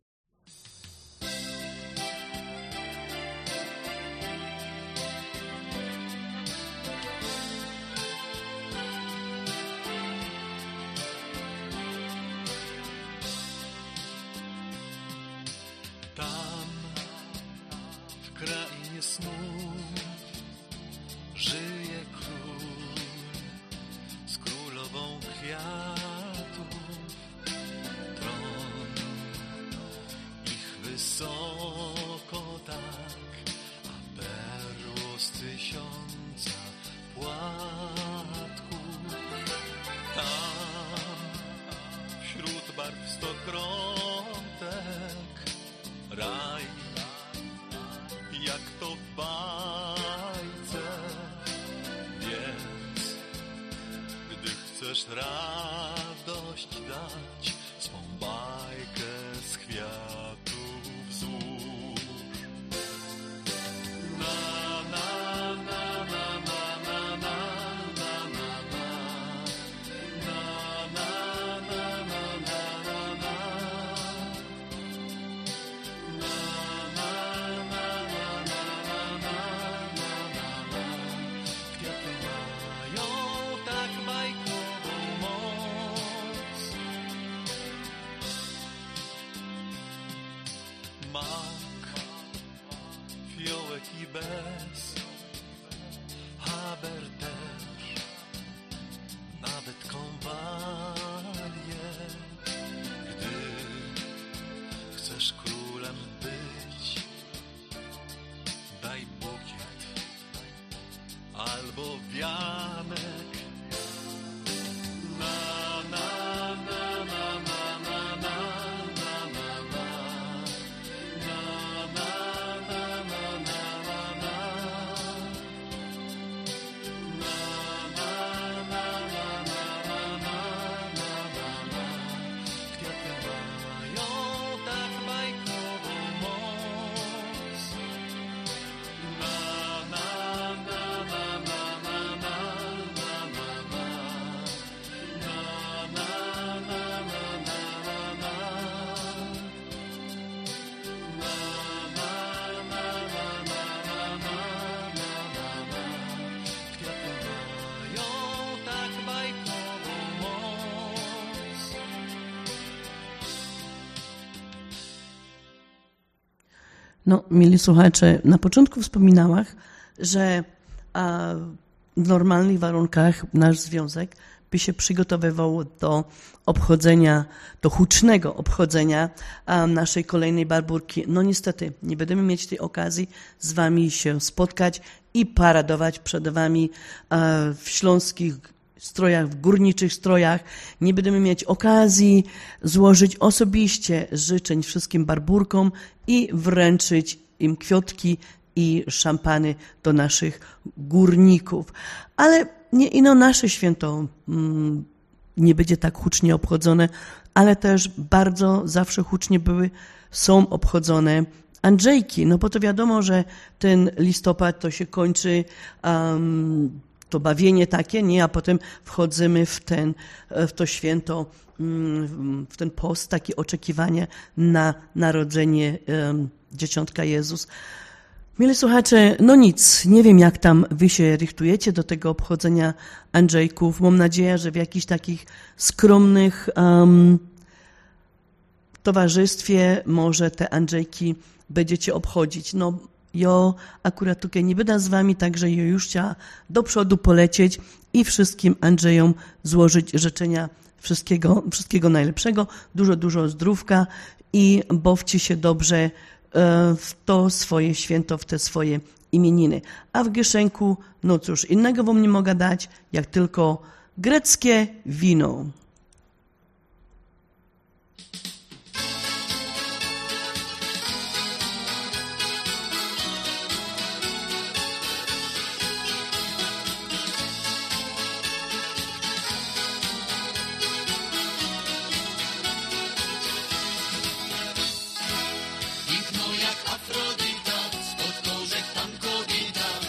Żyje król z królową kwiatów, tron ich wysoko tak, a perło z tysiąca płatków. Tam wśród barw stokrotek raj, jak to w bajce. chcesz radość dać, swą bajkę z kwiatów złóż. Na, na, na, na, na, na, na, na, na, na, na, na, na, na, na. Fiołek i bez, haber też, nawet konwalie. Gdy chcesz królem być, daj bukiet albo wianek. Na, na, na, na, na, na, na, na, na, na. No, mili słuchacze, na początku wspominałam, że a, w normalnych warunkach nasz związek by się przygotowywał do obchodzenia, do hucznego obchodzenia a, naszej kolejnej barburki. No niestety, nie będziemy mieć tej okazji z wami się spotkać i paradować przed wami a, w śląskich strojach, w górniczych strojach. Nie będziemy mieć okazji złożyć osobiście życzeń wszystkim barburkom i wręczyć im kwiatki i szampany do naszych górników. Ale nie ino nasze święto mm, nie będzie tak hucznie obchodzone, ale też bardzo zawsze hucznie były, są obchodzone Andrzejki. No bo to wiadomo, że ten listopad to się kończy um, to bawienie takie, nie, a potem wchodzimy w ten, w to święto, w ten post, takie oczekiwanie na narodzenie um, dzieciątka Jezus. Mili słuchacze, no nic, nie wiem jak tam wy się richtujecie do tego obchodzenia Andrzejków. Mam nadzieję, że w jakichś takich skromnych um, towarzystwie może te Andrzejki będziecie obchodzić. No, ja akurat tutaj nie będę z wami, także ja już chciała do przodu polecieć i wszystkim Andrzejom złożyć życzenia wszystkiego, wszystkiego najlepszego, dużo, dużo zdrówka i bawcie się dobrze w to swoje święto, w te swoje imieniny. A w Gieszenku, no cóż, innego wam nie mogę dać, jak tylko greckie wino.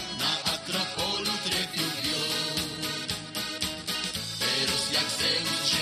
Jak Zeus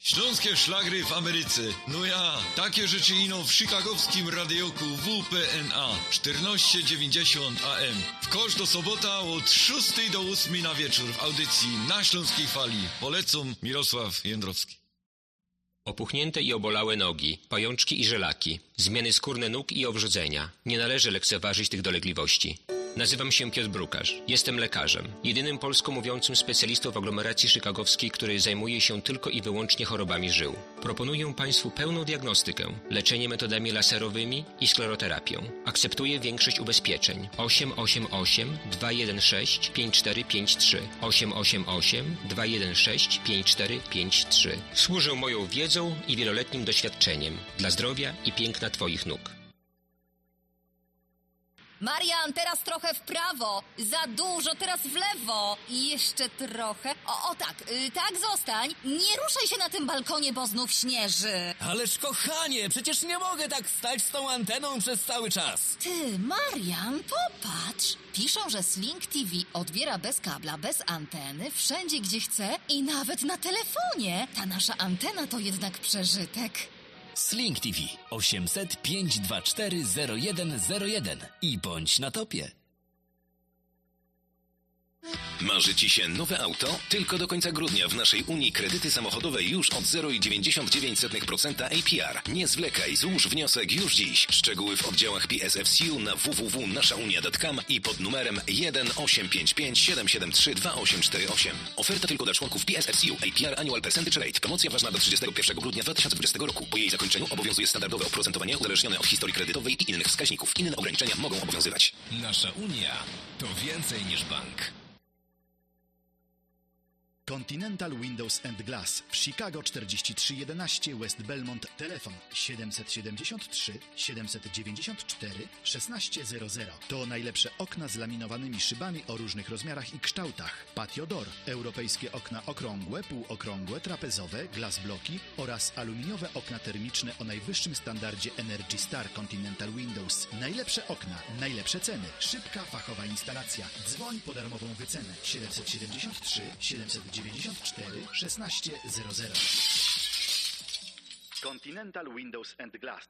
Śląskie szlagry w Ameryce. No ja, takie rzeczy ino w chicagowskim radioku W P N A czternaście dziewięćdziesiąt A M. W każdą sobota od szóstej do ósmej na wieczór w audycji Na Śląskiej Fali. Polecam Mirosław Jędrowski. Opuchnięte i obolałe nogi, pajączki i żelaki, zmiany skórne nóg i owrzodzenia. Nie należy lekceważyć tych dolegliwości. Nazywam się Piotr Brukarz. Jestem lekarzem. Jedynym polsko mówiącym specjalistą w aglomeracji chicagowskiej, który zajmuje się tylko i wyłącznie chorobami żył. Proponuję Państwu pełną diagnostykę, leczenie metodami laserowymi i skleroterapią. Akceptuję większość ubezpieczeń. osiem osiem osiem dwa jeden sześć pięć cztery pięć trzy osiem osiem osiem dwa jeden sześć pięć cztery pięć trzy. Służę moją wiedzą i wieloletnim doświadczeniem dla zdrowia i piękna Twoich nóg. Marian, teraz trochę w prawo. Za dużo, teraz w lewo. I jeszcze trochę. O, o tak, y, tak zostań. Nie ruszaj się na tym balkonie, bo znów śnieży. Ależ kochanie, przecież nie mogę tak stać z tą anteną przez cały czas. Ty, Marian, popatrz. Piszą, że Sling T V odbiera bez kabla, bez anteny, wszędzie gdzie chce i nawet na telefonie. Ta nasza antena to jednak przeżytek. Sling T V osiemset pięć dwa cztery zero jeden zero jeden i bądź na topie. Marzy Ci się nowe auto? Tylko do końca grudnia w naszej Unii kredyty samochodowe już od zero przecinek dziewięćdziesiąt dziewięć procent A P R. Nie zwlekaj, złóż wniosek już dziś. Szczegóły w oddziałach P S F C U na w w w kropka nasza unia kropka com i pod numerem jeden osiem pięć pięć siedem siedem trzy dwa osiem cztery osiem. Oferta tylko dla członków P S F C U. A P R Annual Percentage Rate. Promocja ważna do trzydziestego pierwszego grudnia dwa tysiące dwudziestego roku. Po jej zakończeniu obowiązuje standardowe oprocentowanie uzależnione od historii kredytowej i innych wskaźników. Inne ograniczenia mogą obowiązywać. Nasza Unia to więcej niż bank. Continental Windows and Glass w Chicago czterdzieści trzy jedenaście West Belmont. Telefon siedem siedem trzy siedem dziewięć cztery szesnaście zero zero. To najlepsze okna z laminowanymi szybami o różnych rozmiarach i kształtach. Patio Door, europejskie okna okrągłe, półokrągłe, trapezowe, glass bloki oraz aluminiowe okna termiczne o najwyższym standardzie Energy Star Continental Windows. Najlepsze okna, najlepsze ceny, szybka, fachowa instalacja. Dzwoń po darmową wycenę siedem siedem trzy siedem dziewięćdziesiąt cztery szesnaście zero zero. Continental Windows and Glass.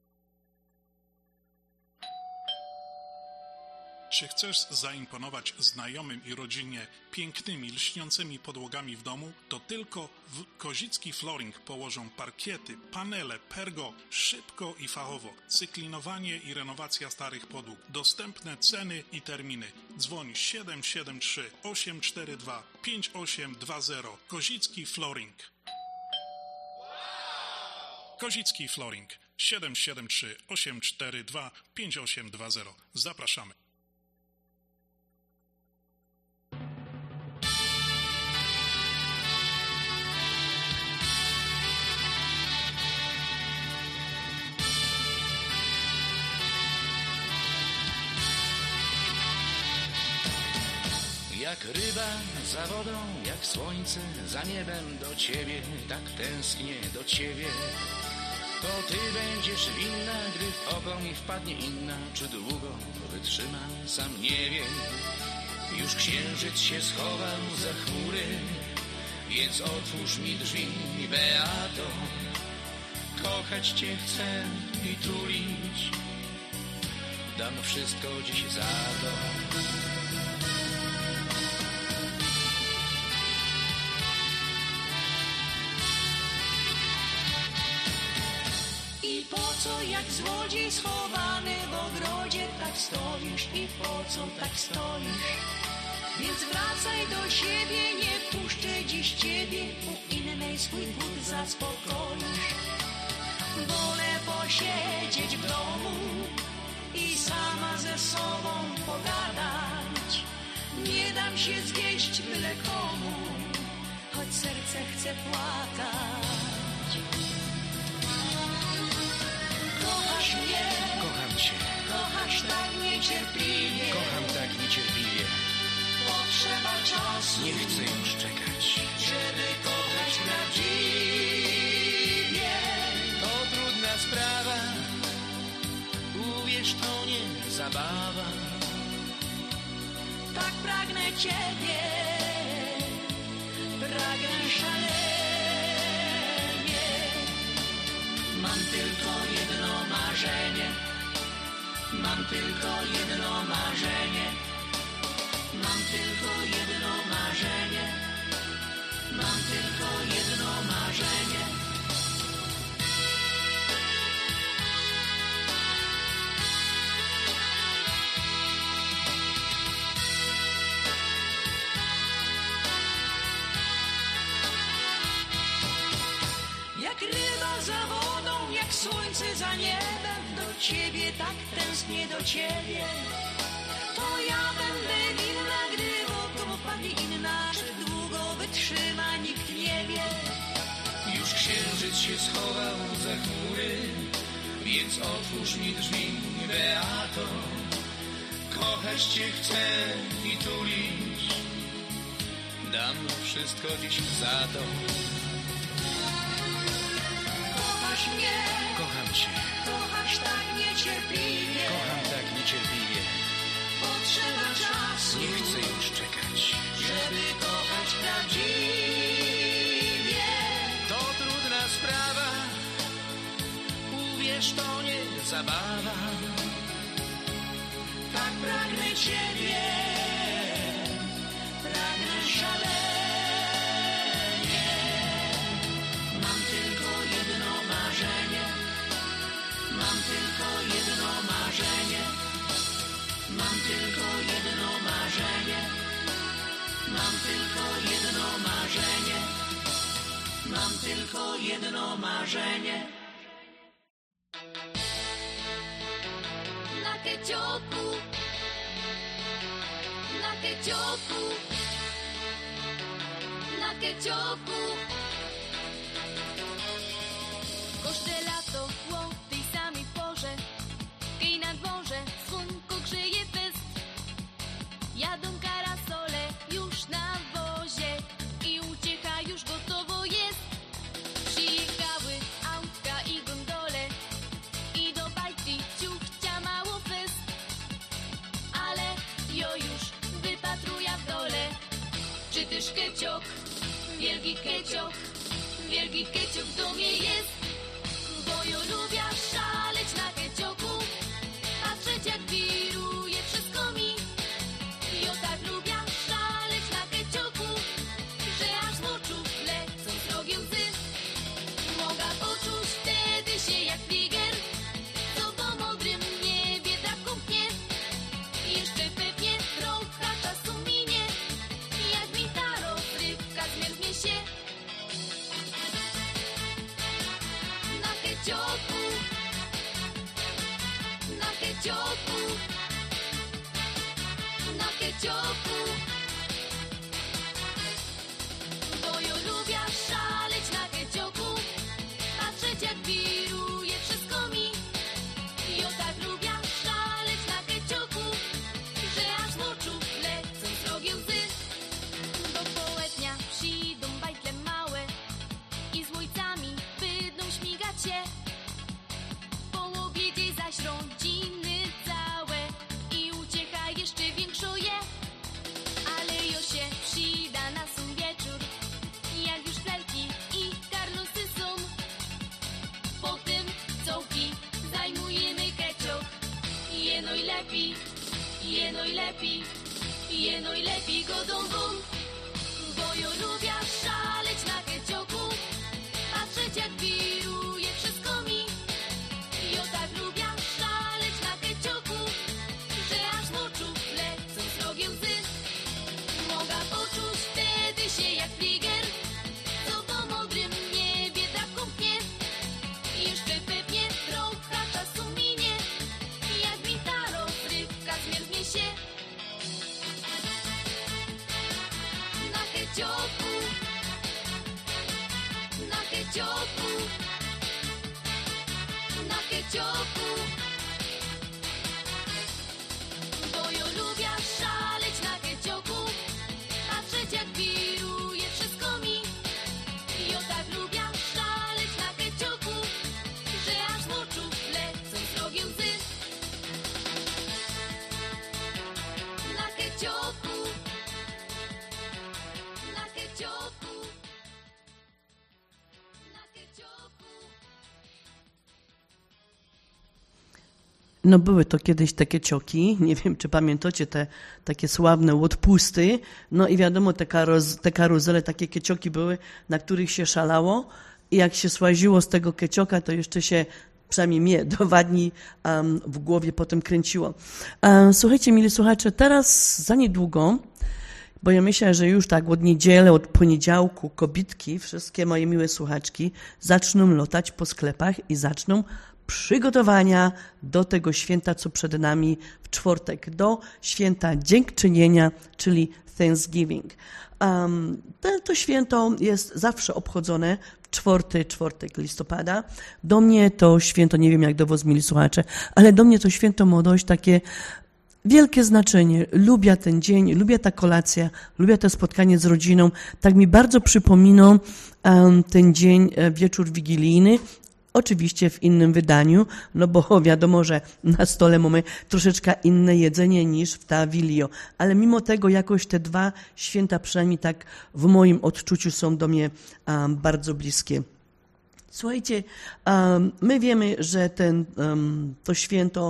Czy chcesz zaimponować znajomym i rodzinie pięknymi, lśniącymi podłogami w domu? To tylko w Kozicki Flooring położą parkiety, panele, pergo, szybko i fachowo. Cyklinowanie i renowacja starych podłóg. Dostępne ceny i terminy. Dzwoń siedem siedem trzy osiem cztery dwa pięć osiem dwa zero. Kozicki Flooring. Kozicki Flooring siedem siedem trzy osiem cztery dwa pięć osiem dwa zero. Zapraszamy. Jak ryba za wodą, jak słońce za niebem, do Ciebie tak tęsknię, do Ciebie. To Ty będziesz winna, gdy w oko mi wpadnie inna. Czy długo wytrzymam, sam nie wiem. Już księżyc się schował za chmury, więc otwórz mi drzwi, Beato. Kochać Cię chcę i tulić, dam wszystko dziś za to. I po co jak złodziej schowany w ogrodzie tak stoisz? I po co tak stoisz? Więc wracaj do siebie, nie puszczę dziś ciebie, u innej swój głód zaspokoisz. Wolę posiedzieć w domu i sama ze sobą pogadać. Nie dam się zwieść byle komu, choć serce chce płakać. Kochasz mnie, Kocham Cię, kochasz tak niecierpliwie, kocham tak niecierpliwie. Potrzeba czasu, Nie chcę już czekać, żeby kochać prawdziwie. to trudna sprawa, uwierz, to nie zabawa. Tak pragnę Ciebie, pragnę szalenie. tylko jedno marzenie, mam tylko jedno marzenie, mam tylko jedno marzenie, mam tylko jedno marzenie. Jak ryba za wodą, jak słońce za niebem, do ciebie tak tęsknię, do ciebie. To ja będę winna, gdy wokół opadnie inna, czy długo wytrzyma, nikt nie wie. Już księżyc się schował za chmury, więc otwórz mi drzwi, Beato. Kochać cię chcę i tulić, dam wszystko dziś za to. Kochasz mnie, Kocham cię, kochasz tak niecierpliwie, kocham tak niecierpliwie. potrzeba czasu, Nie chcę już czekać, żeby kochać prawdziwie. to trudna sprawa, uwierz, to nie zabawa. Tak pragnę ciebie, pragnę szalenie. Mam tylko jedno marzenie, mam tylko jedno marzenie, mam tylko jedno marzenie, mam tylko jedno marzenie, mam tylko jedno marzenie. Na kecioku, na kecioku, na kecioku. Każde lato o tej samej porze, kej na dworze słonko grzeje fest. Jadą karasole już na wozie i uciecha już gotowo jest. Przyjechały autka i gondole i do bajki ciuchcia mało fest. Ale jo już wypatruja w dole, czy też keciok, wielki keciok, wielki keciok w domie jest. Bo jo lubię szaleć na kecioku, patrzeć jak wiruje wszystko mi. Jo tak lubię szaleć na kecioku, że aż z oczu lecą srogie łzy. Mogę poczuć wtedy się jak tiger, co po modrym niebie tak kuchnie. Jeszcze pewnie trochę czasu minie, jak mi ta rozrywka zmierznie się. Na kecioku, na kecioku, na kecioku. Bo jo lubię szaleć na kecioku, patrzeć jak wiruje wszystko mi. Jo tak lubię szaleć na kecioku, że aż z oczu lecą srogie łzy. Do południa przyjdą bajtle małe i z łojcami będą śmigać się. Po obiedzie zaś rodziny całe i uciecha jeszcze większo je. Ale jo się przyda na sam wieczór, jak już flelki i karlusy są. Potem cołki zajmujemy keciok. Jeno i lepi, jeno i lepi, jeno i lepi godą wum. Bo jo lubię szaleć na kecioku, patrzeć jak wiruje wszystko mi. Jo tak lubię szaleć na kecioku, że aż z oczu lecą srogie łzy. Mogę poczuć wtedy się jak tiger, co po modrym niebie tak kuchnie. Jeszcze pewnie trochę czasu minie, jak mi ta rozrywka zmierznie się. Na kecioku, na kecioku, na kecioku. Bo jo lubię szaleć na kecioku, patrzeć jak wiruje wszystko mi. Jo tak lubię szaleć na kecioku, że aż z oczu lecą srogie łzy. Na kecioku, na kecioku, na kecioku. No były to kiedyś takie cioki, nie wiem, czy pamiętacie te takie sławne odpusty, no i wiadomo, te, karoz, te karuzele, takie kiecioki były, na których się szalało i jak się słaziło z tego kiecioka, to jeszcze się, przynajmniej mnie, dwa dni um, w głowie potem kręciło. Um, słuchajcie, mili słuchacze, teraz za niedługo, bo ja myślę, że już tak od niedzieli, od poniedziałku kobitki, wszystkie moje miłe słuchaczki zaczną lotać po sklepach i zaczną przygotowania do tego święta, co przed nami w czwartek, do święta dziękczynienia, czyli Thanksgiving. Um, to, to święto jest zawsze obchodzone w czwarty czwartek listopada. Do mnie to święto, nie wiem jak do was, mili słuchacze, ale do mnie to święto ma dość takie wielkie znaczenie. Lubię ten dzień, lubię ta kolacja, lubię to spotkanie z rodziną. Tak mi bardzo przypomina um, ten dzień, wieczór wigilijny. Oczywiście w innym wydaniu, no bo wiadomo, że na stole mamy troszeczkę inne jedzenie niż w ta Wilio. Ale mimo tego jakoś te dwa święta, przynajmniej tak w moim odczuciu, są do mnie um, bardzo bliskie. Słuchajcie, um, my wiemy, że ten, um, to święto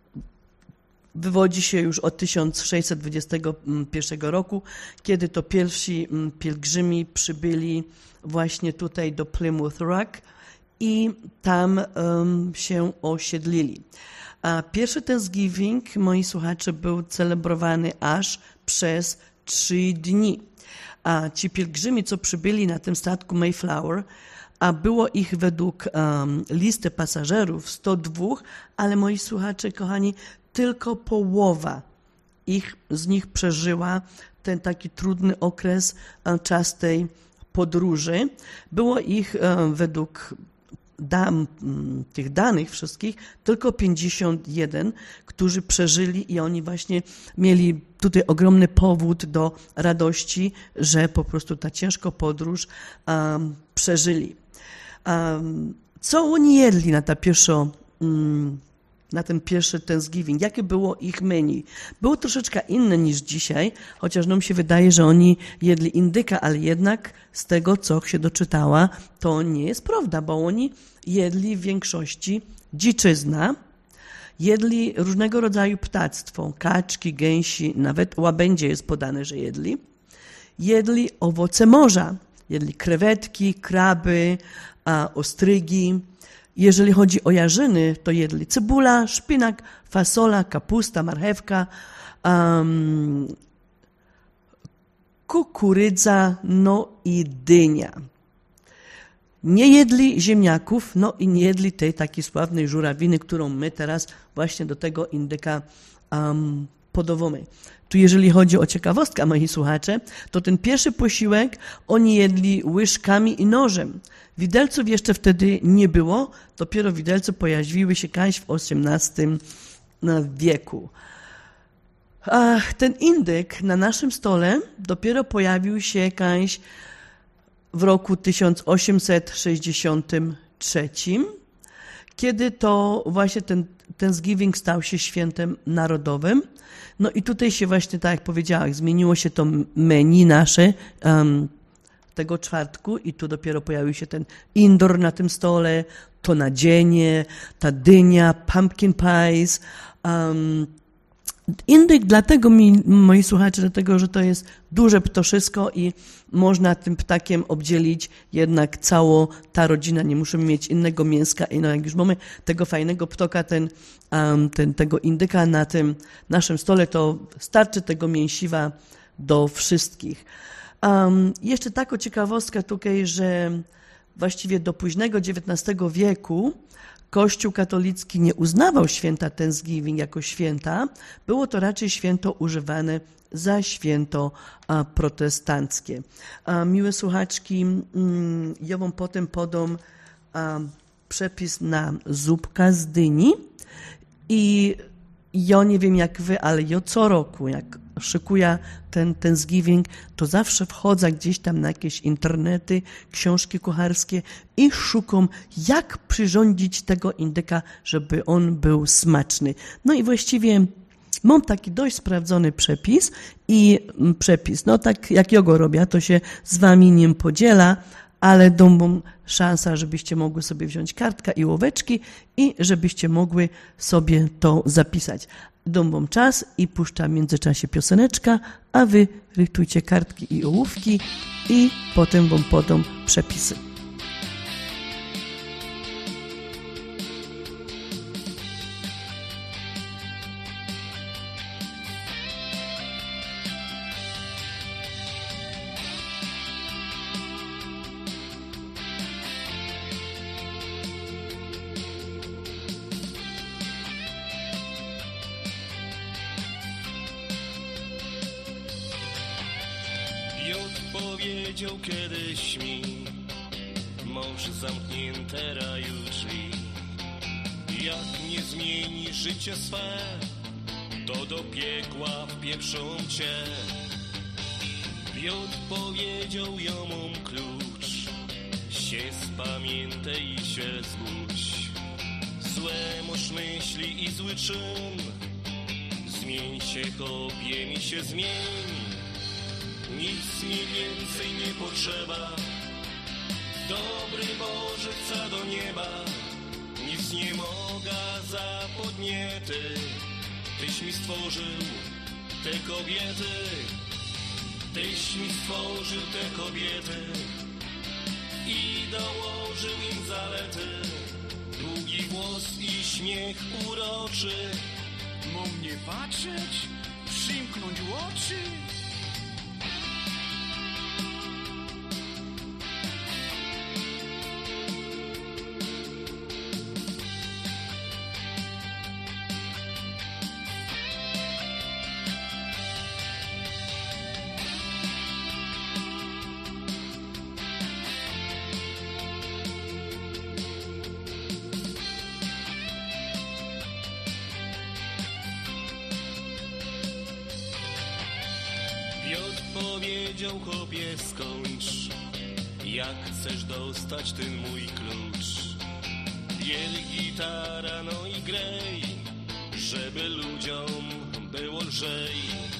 wywodzi się już od tysiąc sześćset dwudziestego pierwszego roku, kiedy to pierwsi pielgrzymi przybyli właśnie tutaj do Plymouth Rock i tam um, się osiedlili. A pierwszy Thanksgiving, moi słuchacze, był celebrowany aż przez trzy dni. A ci pielgrzymi, co przybyli na tym statku Mayflower, a było ich według um, listy pasażerów sto dwa, ale moi słuchacze, kochani, tylko połowa ich, z nich przeżyła ten taki trudny okres, czas tej podróży. Było ich um, według dam, tych danych wszystkich tylko pięćdziesiąt jeden, którzy przeżyli i oni właśnie mieli tutaj ogromny powód do radości, że po prostu ta ciężka podróż um, przeżyli. Um, co oni jedli na ta pierwsza um, na ten pierwszy Thanksgiving, jakie było ich menu. Było troszeczkę inne niż dzisiaj, chociaż nam się wydaje, że oni jedli indyka, ale jednak z tego, co się doczytała, to nie jest prawda, bo oni jedli w większości dziczyzna, jedli różnego rodzaju ptactwo, kaczki, gęsi, nawet łabędzie jest podane, że jedli. Jedli owoce morza, jedli krewetki, kraby, a, ostrygi. Jeżeli chodzi o jarzyny, to jedli cebula, szpinak, fasola, kapusta, marchewka, um, kukurydza, no i dynia. Nie jedli ziemniaków, no i nie jedli tej takiej sławnej żurawiny, którą my teraz właśnie do tego indyka um, podawamy. Tu jeżeli chodzi o ciekawostkę, moi słuchacze, to ten pierwszy posiłek oni jedli łyżkami i nożem. Widelców jeszcze wtedy nie było, dopiero widelce pojawiły się kaś w osiemnastym wieku. A ten indyk na naszym stole dopiero pojawił się kaś w roku tysiąc osiemset sześćdziesiątym trzecim, kiedy to właśnie ten Thanksgiving stał się świętem narodowym. No i tutaj się właśnie, tak jak powiedziałam, zmieniło się to menu nasze um, tego czwartku i tu dopiero pojawił się ten indoor na tym stole, to nadzienie, ta dynia, pumpkin pies. Um, indyk dlatego, mi, moi słuchacze, dlatego, że to jest duże ptoszysko i można tym ptakiem obdzielić jednak całą ta rodzina. Nie musimy mieć innego mięska i no, jak już mamy tego fajnego ptoka, ten, um, ten, tego indyka na tym naszym stole, to starczy tego mięsiwa do wszystkich. Um, jeszcze taką ciekawostkę tutaj, że właściwie do późnego dziewiętnastego wieku Kościół katolicki nie uznawał święta Thanksgiving jako święta. Było to raczej święto używane za święto a, protestanckie. A, miłe słuchaczki, mm, ja wam potem podam a, przepis na zupka z dyni i ja nie wiem jak wy, ale ja co roku, jak szykuję ten Thanksgiving, to zawsze wchodzę gdzieś tam na jakieś internety, książki kucharskie i szukam, jak przyrządzić tego indyka, żeby on był smaczny. No i właściwie mam taki dość sprawdzony przepis i przepis, no tak jak ja go robię, to się z wami nim podziela, ale dąbą szansa, żebyście mogły sobie wziąć kartka i ołóweczki i żebyście mogły sobie to zapisać. Dąbą czas i puszcza w międzyczasie pioseneczka, a wy rychtujcie kartki i ołówki i potem wam podam przepisy. Powiedział kiedyś mi mąż zamknięte raju drzwi. Jak nie zmieni życie swe, to do piekła wpieprzą cię. Piotr powiedział jomom klucz, się spamiętaj i się zbudź. Złe masz myśli i zły czyn, zmień się chłopie, mi się zmień. Nic mi więcej nie potrzeba, dobry Boże chce do nieba. Nic nie mogę za podniety, Tyś mi stworzył te kobiety. Tyś mi stworzył te kobiety i dołożył im zalety. Długi głos i śmiech uroczy. Mam mnie patrzeć, przymknąć oczy. Powiedział chłopie, skończ, jak chcesz dostać ten mój klucz. Biel gitara, no i grej, żeby ludziom było lżej.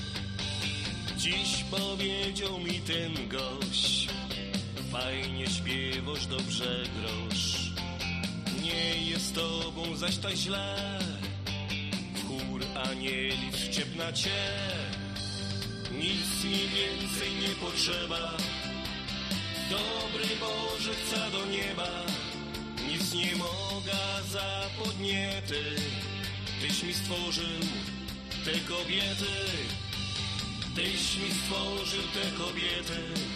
Dziś powiedział mi ten gość, fajnie śpiewasz, dobrze grosz. Nie jest tobą zaś tak źle, w chór anieli wciepna cię. Nic mi więcej nie potrzeba, dobry Boże chce do nieba. Nic nie mogę za podniety, Tyś mi stworzył te kobiety. Tyś mi stworzył te kobiety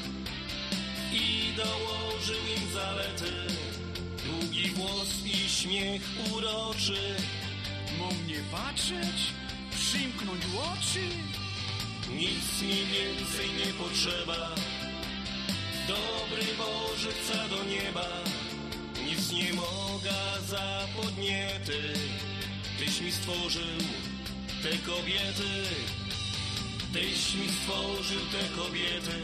i dołożył im zalety. Długi głos i śmiech uroczy. Mam mnie patrzeć, przymknąć oczy. Nic mi więcej nie potrzeba, dobry Boże chce do nieba. Nic nie mogę za podniety, Tyś mi stworzył te kobiety. Tyś mi stworzył te kobiety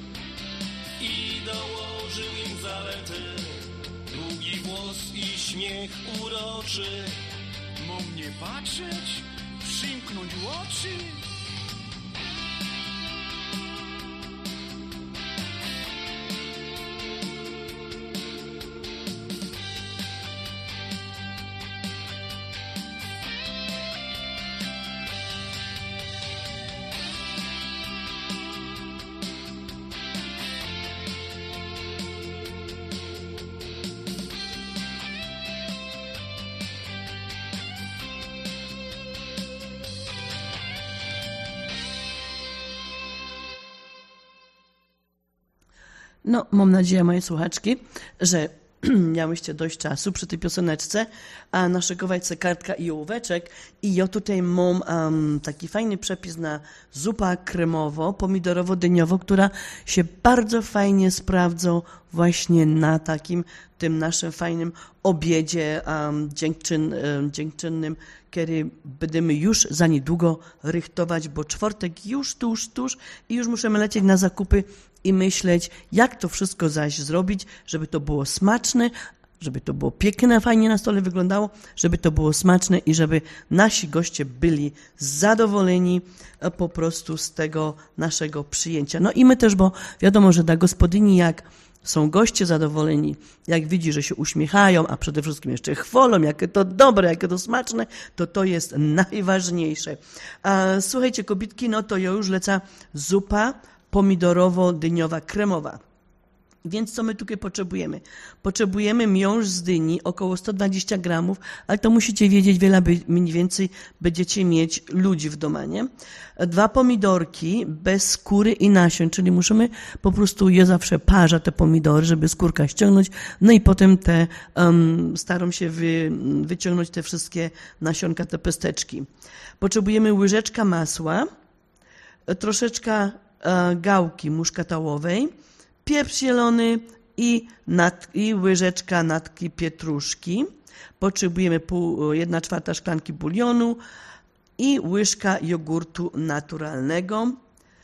i dołożył im zalety. Długi głos i śmiech uroczy. Mam mnie patrzeć, przymknąć oczy. No, mam nadzieję, moje słuchaczki, że miałyście dość czasu przy tej pioseneczce, a naszykować sobie kartka i ołóweczek. I ja tutaj mam um, taki fajny przepis na zupa kremowo-pomidorowo-dyniowo, która się bardzo fajnie sprawdza właśnie na takim tym naszym fajnym obiedzie um, dziękczyn, um, dziękczynnym, kiedy będziemy już za niedługo rychtować, bo czwartek już tuż, tuż i już musimy lecieć na zakupy i myśleć, jak to wszystko zaś zrobić, żeby to było smaczne, żeby to było piękne, fajnie na stole wyglądało, żeby to było smaczne i żeby nasi goście byli zadowoleni po prostu z tego naszego przyjęcia. No i my też, bo wiadomo, że dla gospodyni jak są goście zadowoleni, jak widzi, że się uśmiechają, a przede wszystkim jeszcze chwalą, jakie to dobre, jakie to smaczne, to to jest najważniejsze. A, słuchajcie, kobitki, no to ja już lecę zupa pomidorowo-dyniowa kremowa. Więc co my tutaj potrzebujemy? Potrzebujemy miąższ z dyni, około sto dwadzieścia gramów, ale to musicie wiedzieć, wiele mniej więcej będziecie mieć ludzi w domu, nie? Dwa pomidorki bez skóry i nasion, czyli musimy po prostu je zawsze parza te pomidory, żeby skórka ściągnąć, no i potem te um, staram się wy, wyciągnąć te wszystkie nasionka, te pesteczki. Potrzebujemy łyżeczka masła, troszeczkę e, gałki muszkatałowej, pieprz zielony i, nat, i łyżeczka natki pietruszki. Potrzebujemy pół, jedna czwarta szklanki bulionu i łyżka jogurtu naturalnego.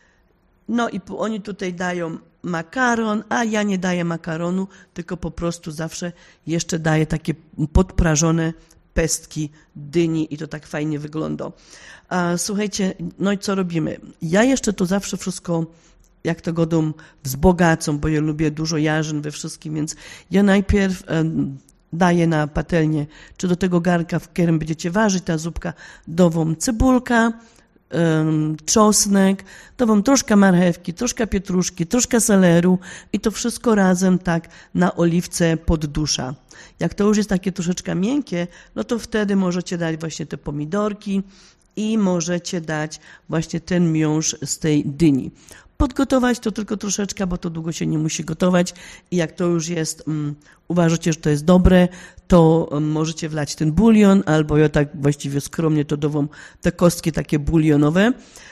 No i oni tutaj dają makaron, a ja nie daję makaronu, tylko po prostu zawsze jeszcze daję takie podprażone pestki dyni i to tak fajnie wygląda. A, słuchajcie, no i co robimy? Ja jeszcze to zawsze wszystko, jak to godą, wzbogacą, bo ja lubię dużo jarzyn we wszystkim, więc ja najpierw um, daję na patelnię, czy do tego garnka, w którym będziecie ważyć ta zupka, dową cebulka, um, czosnek, dową troszkę marchewki, troszkę pietruszki, troszkę seleru i to wszystko razem tak na oliwce poddusza. Jak to już jest takie troszeczkę miękkie, no to wtedy możecie dać właśnie te pomidorki i możecie dać właśnie ten miąższ z tej dyni. Podgotować to tylko troszeczkę, bo to długo się nie musi gotować i jak to już jest, um, uważacie, że to jest dobre, to um, możecie wlać ten bulion, albo ja tak właściwie skromnie to dową te kostki takie bulionowe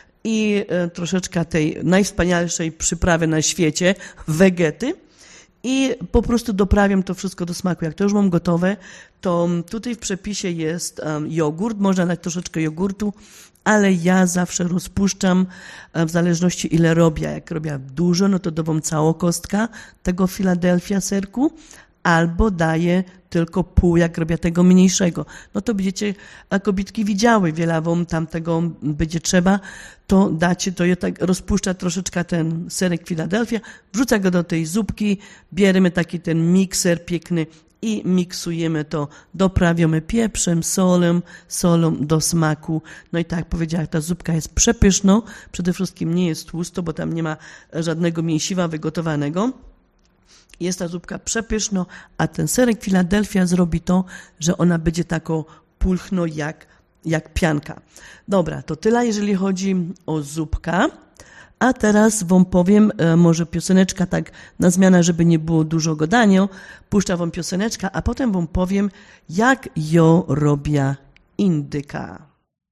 i e, troszeczkę tej najwspanialszej przyprawy na świecie, wegety. I po prostu doprawiam to wszystko do smaku. Jak to już mam gotowe, to tutaj w przepisie jest um, jogurt, można dać troszeczkę jogurtu, ale ja zawsze rozpuszczam w zależności ile robię. Jak robię dużo, no to dową całą kostkę tego Philadelphia serku, albo daję tylko pół, jak robię tego mniejszego. No to będziecie, a kobitki widziały, wiele wam tam tego będzie trzeba, to dacie, to ja tak rozpuszcza troszeczkę ten serek Philadelphia, wrzuca go do tej zupki, bierzemy taki ten mikser piękny i miksujemy to, doprawiamy pieprzem, solą, solą do smaku. No i tak jak powiedziałam, ta zupka jest przepyszna, przede wszystkim nie jest tłusto, bo tam nie ma żadnego mięsiwa wygotowanego. Jest ta zupka przepyszna, a ten serek Philadelphia zrobi to, że ona będzie taką pulchną jak, jak pianka. Dobra, to tyle, jeżeli chodzi o zupkę. A teraz wam powiem, może pioseneczka tak na zmianę, żeby nie było dużo gadania. Puszczę wam pioseneczkę, a potem wam powiem, jak ją robię indyka.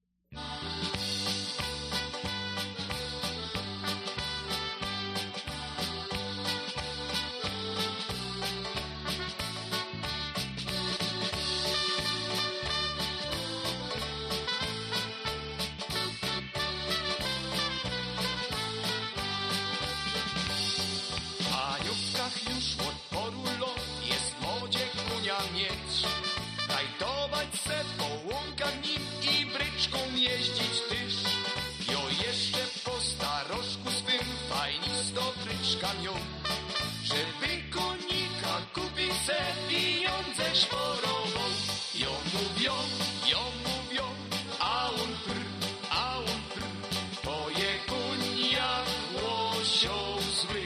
Jeździć tyż, jo jeszcze po starożku swym fajnisto bryczka miał, żeby konika kupić se pieniądze szporował. Jo mówią, jo mówią, a on pr, a on pr, to je konia łosioł zły.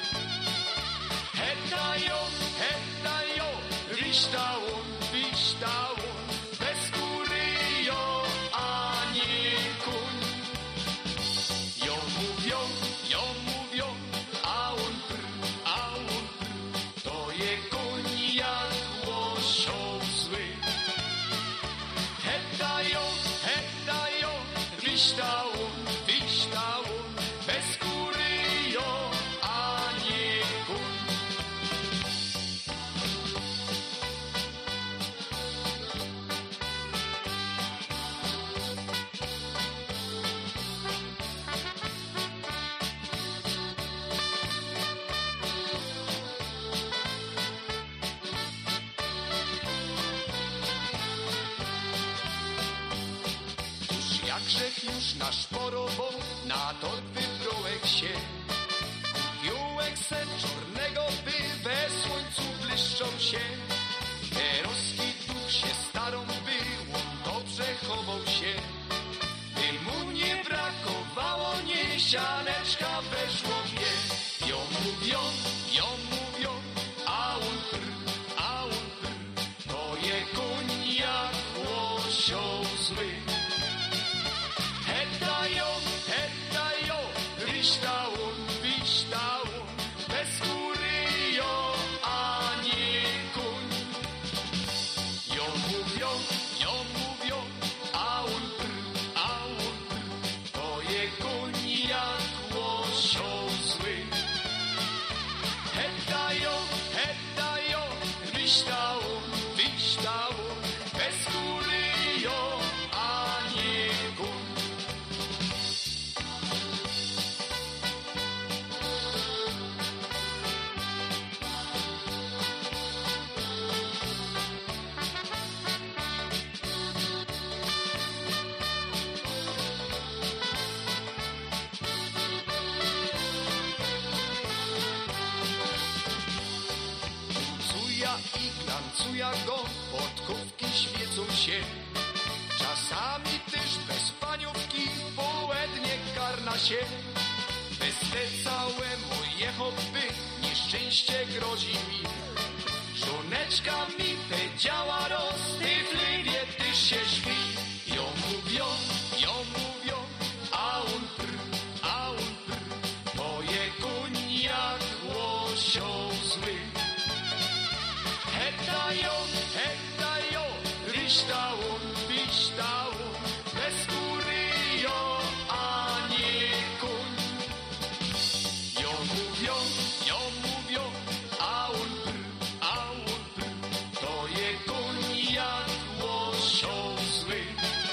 Heta jo, heta jo, ryszta on, wyszta on, bez skóry jo, Jo mówią, jo mówią, a on pr, a on pr, to je koń jak łosioł zły. Heta jo, heta jo, wyszta on, wyszta on, bez skóry jo, a nie koń. Grzech już nasz porobo na torby wybrałek się. Kupiłek se czarnego by wyjść dało, wyjść dało, bez skóry jo, a nie koń. Cuja i glancuja go, podkówki świecą się. Czasami też bez paniówki połednie karna się. Bez te całemu jechowy nieszczęście grozi mi. Żoneczka mi te działa roztywliwie, ty się śpi. Jo mówią, jo mówią, a on pr, a on pr. Moje koń jak łosioł zły. Hedają, hedają, ryśtało, wyśtało, bez skóry jo, a nie koń. Jo mówią, jo mówią, a on pr, a on pr. To je koń jak łosioł zły.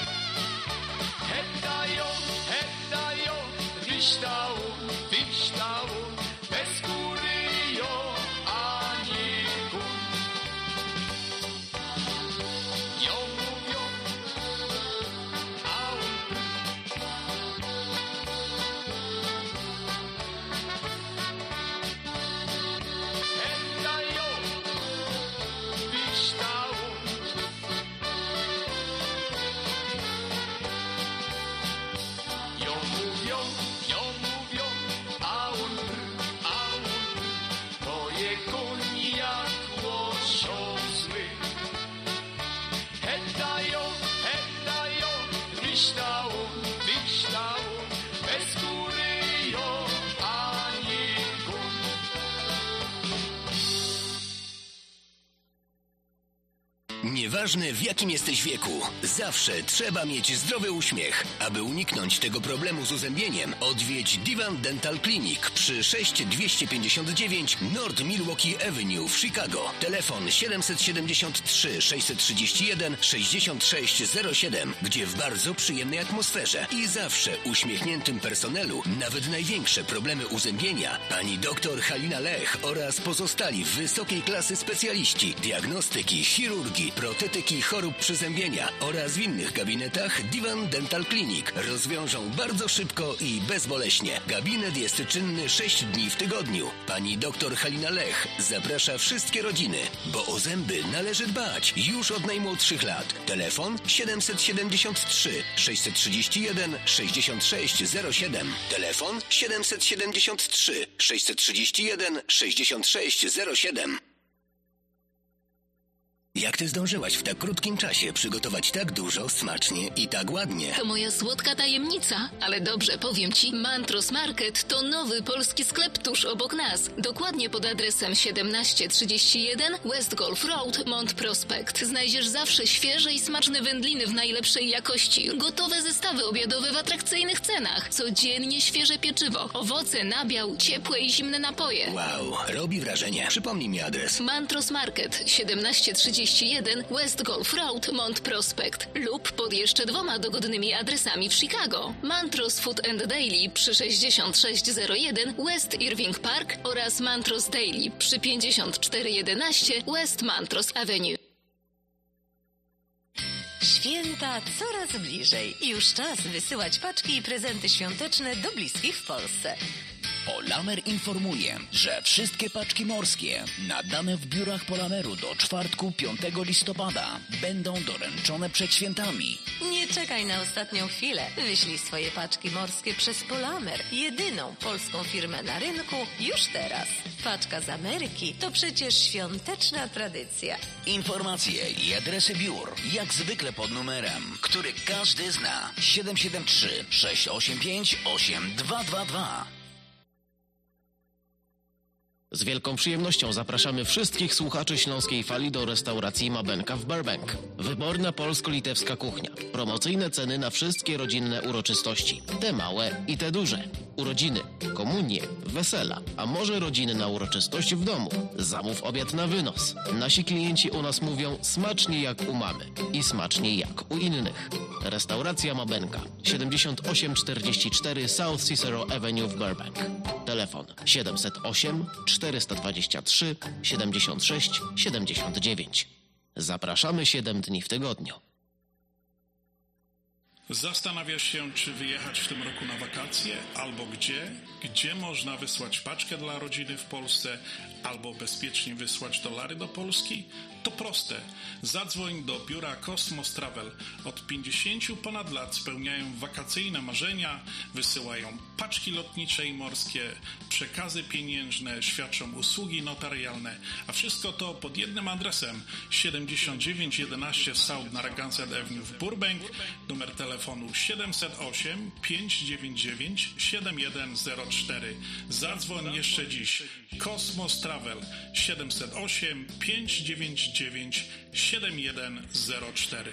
Hedają, hedają, ryśtało, wyśtało, bez skóry jo, a nie koń. Jo mówią, a on pr. Hedają, wyśtało. Jo mówią, jo mówią, a on pr, a on pr. To je koń jak łosioł zły. Hedają, hedają, wyśtało, wyśtało, bez skóry jo, a nie koń. Nieważne w jakim jesteś wieku, zawsze trzeba mieć zdrowy uśmiech. Aby uniknąć tego problemu z uzębieniem, odwiedź Divan Dental Clinic przy sześć tysięcy dwieście pięćdziesiąt dziewięć North Milwaukee Avenue w Chicago. Telefon siedem siedem trzy, sześć trzy jeden, sześć sześć zero siedem, gdzie w bardzo przyjemnej atmosferze i zawsze uśmiechniętym personelu nawet największe problemy uzębienia pani doktor Halina Lech oraz pozostali wysokiej klasy specjaliści diagnostyki, chirurgii, protetyki chorób przyzębienia oraz w innych gabinetach Divan Dental Clinic rozwiążą bardzo szybko i bezboleśnie. Gabinet jest czynny sześć dni w tygodniu. Pani doktor Halina Lech zaprasza wszystkie rodziny, bo o zęby należy dbać już od najmłodszych lat. Telefon siedem siedem trzy, sześć trzy jeden, sześć sześć zero siedem. Telefon siedem siedem trzy, sześć trzy jeden, sześć sześć zero siedem. Jak ty zdążyłaś w tak krótkim czasie przygotować tak dużo, smacznie i tak ładnie? To moja słodka tajemnica, ale dobrze, powiem ci, Mantros Market to nowy polski sklep tuż obok nas. Dokładnie pod adresem siedemnaście trzydzieści jeden West Golf Road, Mont Prospect. Znajdziesz zawsze świeże i smaczne wędliny w najlepszej jakości, gotowe zestawy obiadowe w atrakcyjnych cenach, codziennie świeże pieczywo, owoce, nabiał, ciepłe i zimne napoje. Wow, robi wrażenie. Przypomnij mi adres. Mantros Market, siedemnaście trzydzieści jeden West Golf Road, Mont Prospect lub pod jeszcze dwoma dogodnymi adresami w Chicago. Mantros Food and Daily przy sześćdziesiąt sześć zero jeden West Irving Park oraz Mantros Daily przy pięćdziesiąt cztery jedenaście West Mantros Avenue. Święta coraz bliżej. Już czas wysyłać paczki i prezenty świąteczne do bliskich w Polsce. Polamer informuje, że wszystkie paczki morskie nadane w biurach Polameru do czwartku piątego listopada będą doręczone przed świętami. Nie czekaj na ostatnią chwilę. Wyślij swoje paczki morskie przez Polamer, jedyną polską firmę na rynku już teraz. Paczka z Ameryki to przecież świąteczna tradycja. Informacje i adresy biur jak zwykle pod numerem, który każdy zna. siedem siedem trzy, sześć osiem pięć, osiem dwa dwa dwa. Z wielką przyjemnością zapraszamy wszystkich słuchaczy Śląskiej Fali do restauracji Mabenka w Burbank. Wyborna polsko-litewska kuchnia. Promocyjne ceny na wszystkie rodzinne uroczystości. Te małe i te duże. urodziny, komunie, wesela, a może rodziny na uroczystość w domu. Zamów obiad na wynos. Nasi klienci u nas mówią smacznie jak u mamy i smacznie jak u innych. Restauracja Mabenka, siedemdziesiąt osiem czterdzieści cztery South Cicero Avenue w Burbank. Telefon siedemset osiem czterysta dwadzieścia trzy siedemdziesiąt sześć siedemdziesiąt dziewięć. Zapraszamy siedem dni w tygodniu. Zastanawiasz się, czy wyjechać w tym roku na wakacje, albo gdzie? Gdzie można wysłać paczkę dla rodziny w Polsce, albo bezpiecznie wysłać dolary do Polski? To proste. Zadzwoń do biura Cosmos Travel. Od pięćdziesięciu ponad lat spełniają wakacyjne marzenia, wysyłają paczki lotnicze i morskie, przekazy pieniężne, świadczą usługi notarialne, a wszystko to pod jednym adresem siedemdziesiąt dziewięć jedenaście South Narragansett Avenue w Burbank, numer telefonu siedemset osiem pięćset dziewięćdziesiąt dziewięć siedem jeden zero cztery. Zadzwoń jeszcze dziś. Cosmos Travel siedemset osiem pięćset dziewięćdziesiąt dziewięć siedem jeden zero cztery.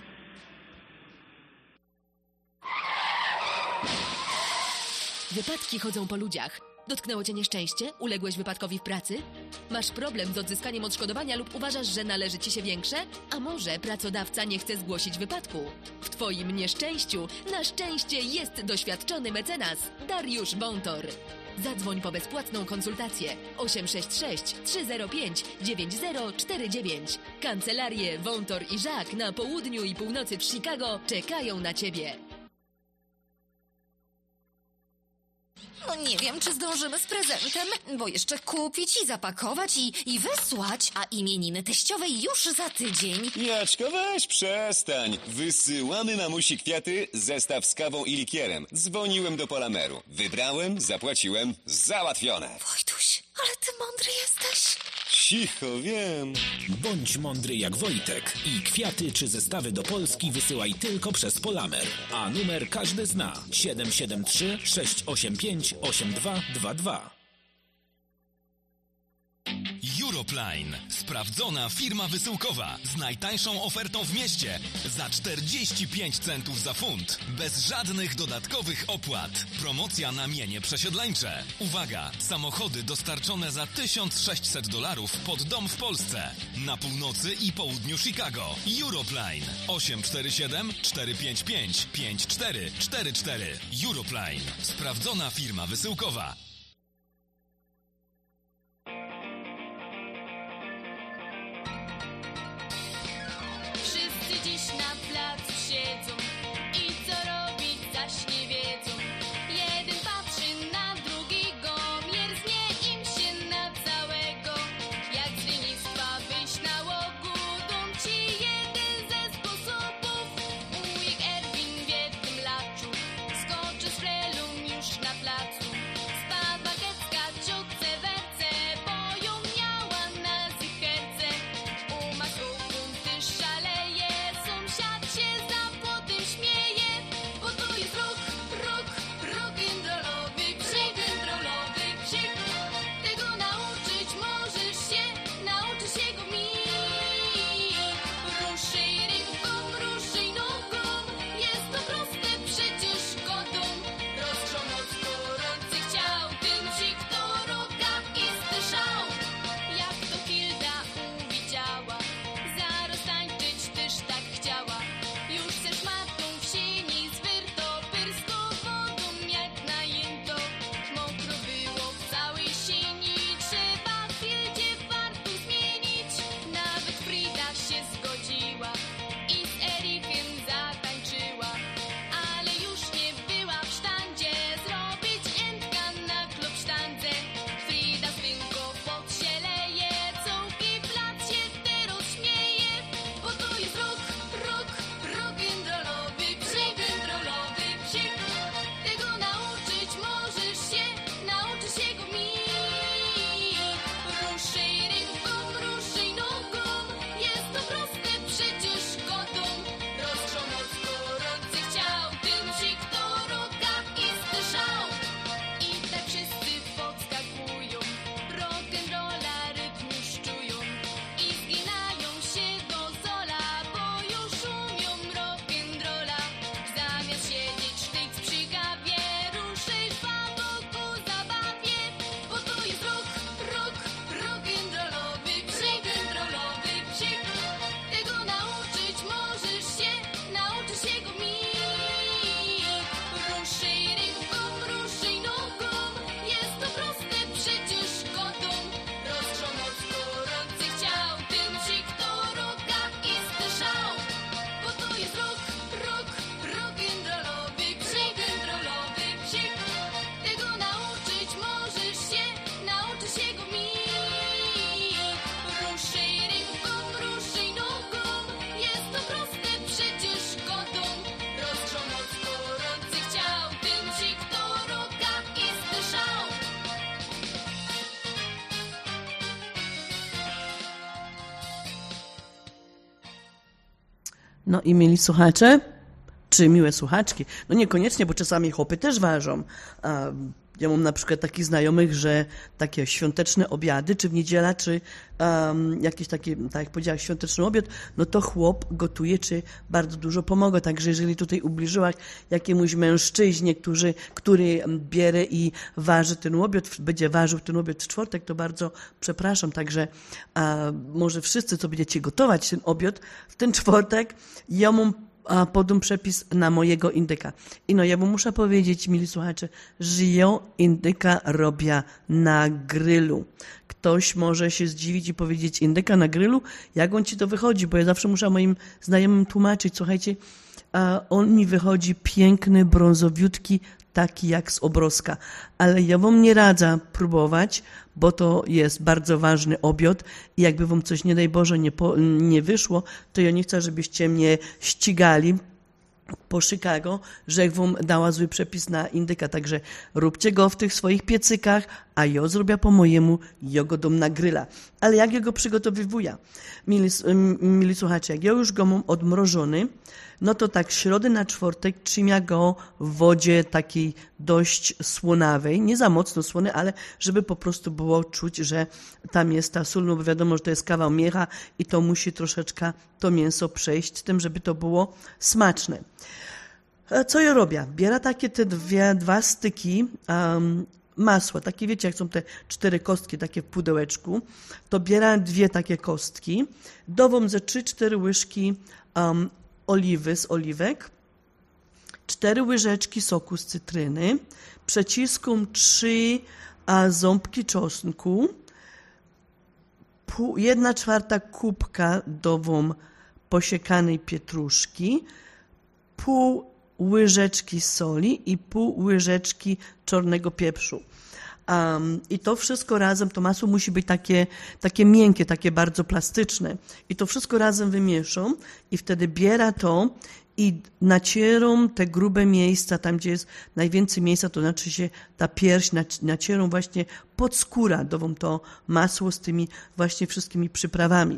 Wypadki chodzą po ludziach. Dotknęło cię nieszczęście? Uległeś wypadkowi w pracy? Masz problem z odzyskaniem odszkodowania lub uważasz, że należy ci się większe? A może pracodawca nie chce zgłosić wypadku? W twoim nieszczęściu na szczęście jest doświadczony mecenas Dariusz Wątor. Zadzwoń po bezpłatną konsultację osiem sześć sześć trzy zero pięć dziewięć zero cztery dziewięć. Kancelarie Wątor i Żak na południu i północy w Chicago czekają na ciebie. No nie wiem, czy zdążymy z prezentem, bo jeszcze kupić i zapakować i, i wysłać, a imieniny teściowej już za tydzień. Jaczko, weź przestań. Wysyłamy mamusi kwiaty, zestaw z kawą i likierem. Dzwoniłem do Polameru. Wybrałem, zapłaciłem, załatwione. Wojtuś, ale ty mądry jesteś. Cicho, wiem. Bądź mądry jak Wojtek i kwiaty czy zestawy do Polski wysyłaj tylko przez Polamer. A numer każdy zna. siedem siedem trzy sześć osiem pięć osiem dwa dwa dwa. Europline. Sprawdzona firma wysyłkowa z najtańszą ofertą w mieście za czterdzieści pięć centów za funt. Bez żadnych dodatkowych opłat. Promocja na mienie przesiedleńcze. Uwaga! Samochody dostarczone za tysiąc sześćset dolarów pod dom w Polsce. Na północy i południu Chicago. Europline. osiem cztery siedem cztery pięć pięć pięć cztery cztery cztery. Europline. Sprawdzona firma wysyłkowa. Wszyscy dziś na placu siedzą i co robić zaś nie wiedzą. Jeden patrzy na drugiego, mierznie im się na całego. Jak z lenistwa wyjść na łogu, dum ci jeden ze sposobów. Wujek Erwin w jednym laczu skoczy z frelą już na placu. Spadł No i mieli słuchacze, czy miłe słuchaczki, no niekoniecznie, bo czasami chłopy też ważą. Ja mam na przykład takich znajomych, że takie świąteczne obiady, czy w niedziela, czy um, jakieś takie, tak jak powiedziałam, świąteczny obiad, no to chłop gotuje, czy bardzo dużo pomogę. Także jeżeli tutaj ubliżyłaś jakiemuś mężczyźnie, który, który bierze i waży ten obiad, będzie ważył ten obiad w czwartek, to bardzo przepraszam. Także a, może wszyscy, co będziecie gotować ten obiad w ten czwartek, ja mam a podam przepis na mojego indyka. I no ja mu muszę powiedzieć, mili słuchacze, że ja indyka robię na grylu. Ktoś może się zdziwić i powiedzieć, indyka na grylu? Jak on ci to wychodzi? Bo ja zawsze muszę moim znajomym tłumaczyć, słuchajcie, a on mi wychodzi piękny, brązowiutki, taki jak z obrazka. Ale ja wam nie radzę próbować, bo to jest bardzo ważny obiad i jakby wam coś, nie daj Boże, nie, po, nie wyszło, to ja nie chcę, żebyście mnie ścigali po Chicago, że jak wam dała zły przepis na indyka. Także róbcie go w tych swoich piecykach, a ja zrobię po mojemu, ja go dam na gryla. Ale jak ja go przygotowywuję? Mili, mili słuchacze, jak ja już go mam odmrożony, no to tak środy na czwartek trzymia go w wodzie takiej dość słonawej, nie za mocno słony, ale żeby po prostu było czuć, że tam jest ta sól, no bo wiadomo, że to jest kawał mięcha i to musi troszeczkę to mięso przejść z tym, żeby to było smaczne. Co ja robię? Biorę takie te dwie, dwa styki um, masła, takie wiecie, jak są te cztery kostki takie w pudełeczku, to bierę dwie takie kostki, dowom ze trzy cztery łyżki um, oliwy z oliwek, cztery łyżeczki soku z cytryny, przeciskom trzy a, ząbki czosnku, pół, jedna czwarta kubka dowom posiekanej pietruszki, pół łyżeczki soli i pół łyżeczki czarnego pieprzu. Um, I to wszystko razem, to masło musi być takie, takie miękkie, takie bardzo plastyczne. I to wszystko razem wymieszam i wtedy bierę to i nacieram te grube miejsca, tam gdzie jest najwięcej miejsca, to znaczy się ta pierś, nacieram właśnie pod skórę, dową to masło z tymi właśnie wszystkimi przyprawami.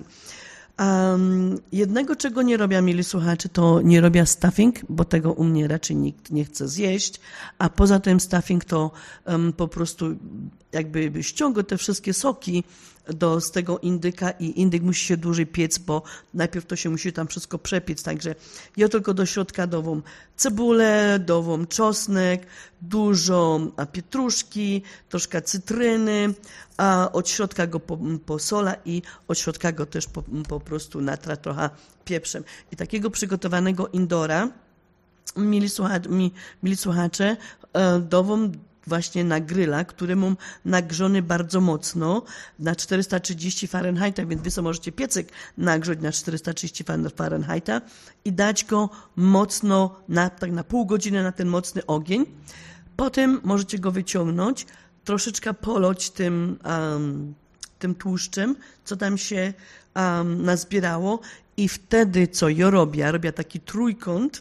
Um, jednego, czego nie robię, mili słuchacze, to nie robię stuffing, bo tego u mnie raczej nikt nie chce zjeść, a poza tym stuffing to um, po prostu jakby ściąga te wszystkie soki do, z tego indyka i indyk musi się dłużej piec, bo najpierw to się musi tam wszystko przepiec, także ja tylko do środka dową cebulę, dową czosnek, dużo pietruszki, troszkę cytryny, a od środka go posola i od środka go też po, po prostu natra trochę pieprzem. I takiego przygotowanego indora, mili słuchacze, mili słuchacze dową właśnie na gryla, który mam nagrzony bardzo mocno na czterysta trzydzieści Fahrenheita, więc wy sobie możecie piecyk nagrzać na czterysta trzydzieści Fahrenheita i dać go mocno, na, tak na pół godziny na ten mocny ogień. Potem możecie go wyciągnąć, troszeczkę polać tym, um, tym tłuszczem, co tam się um, nazbierało i wtedy, co ja robię, ja robię taki trójkąt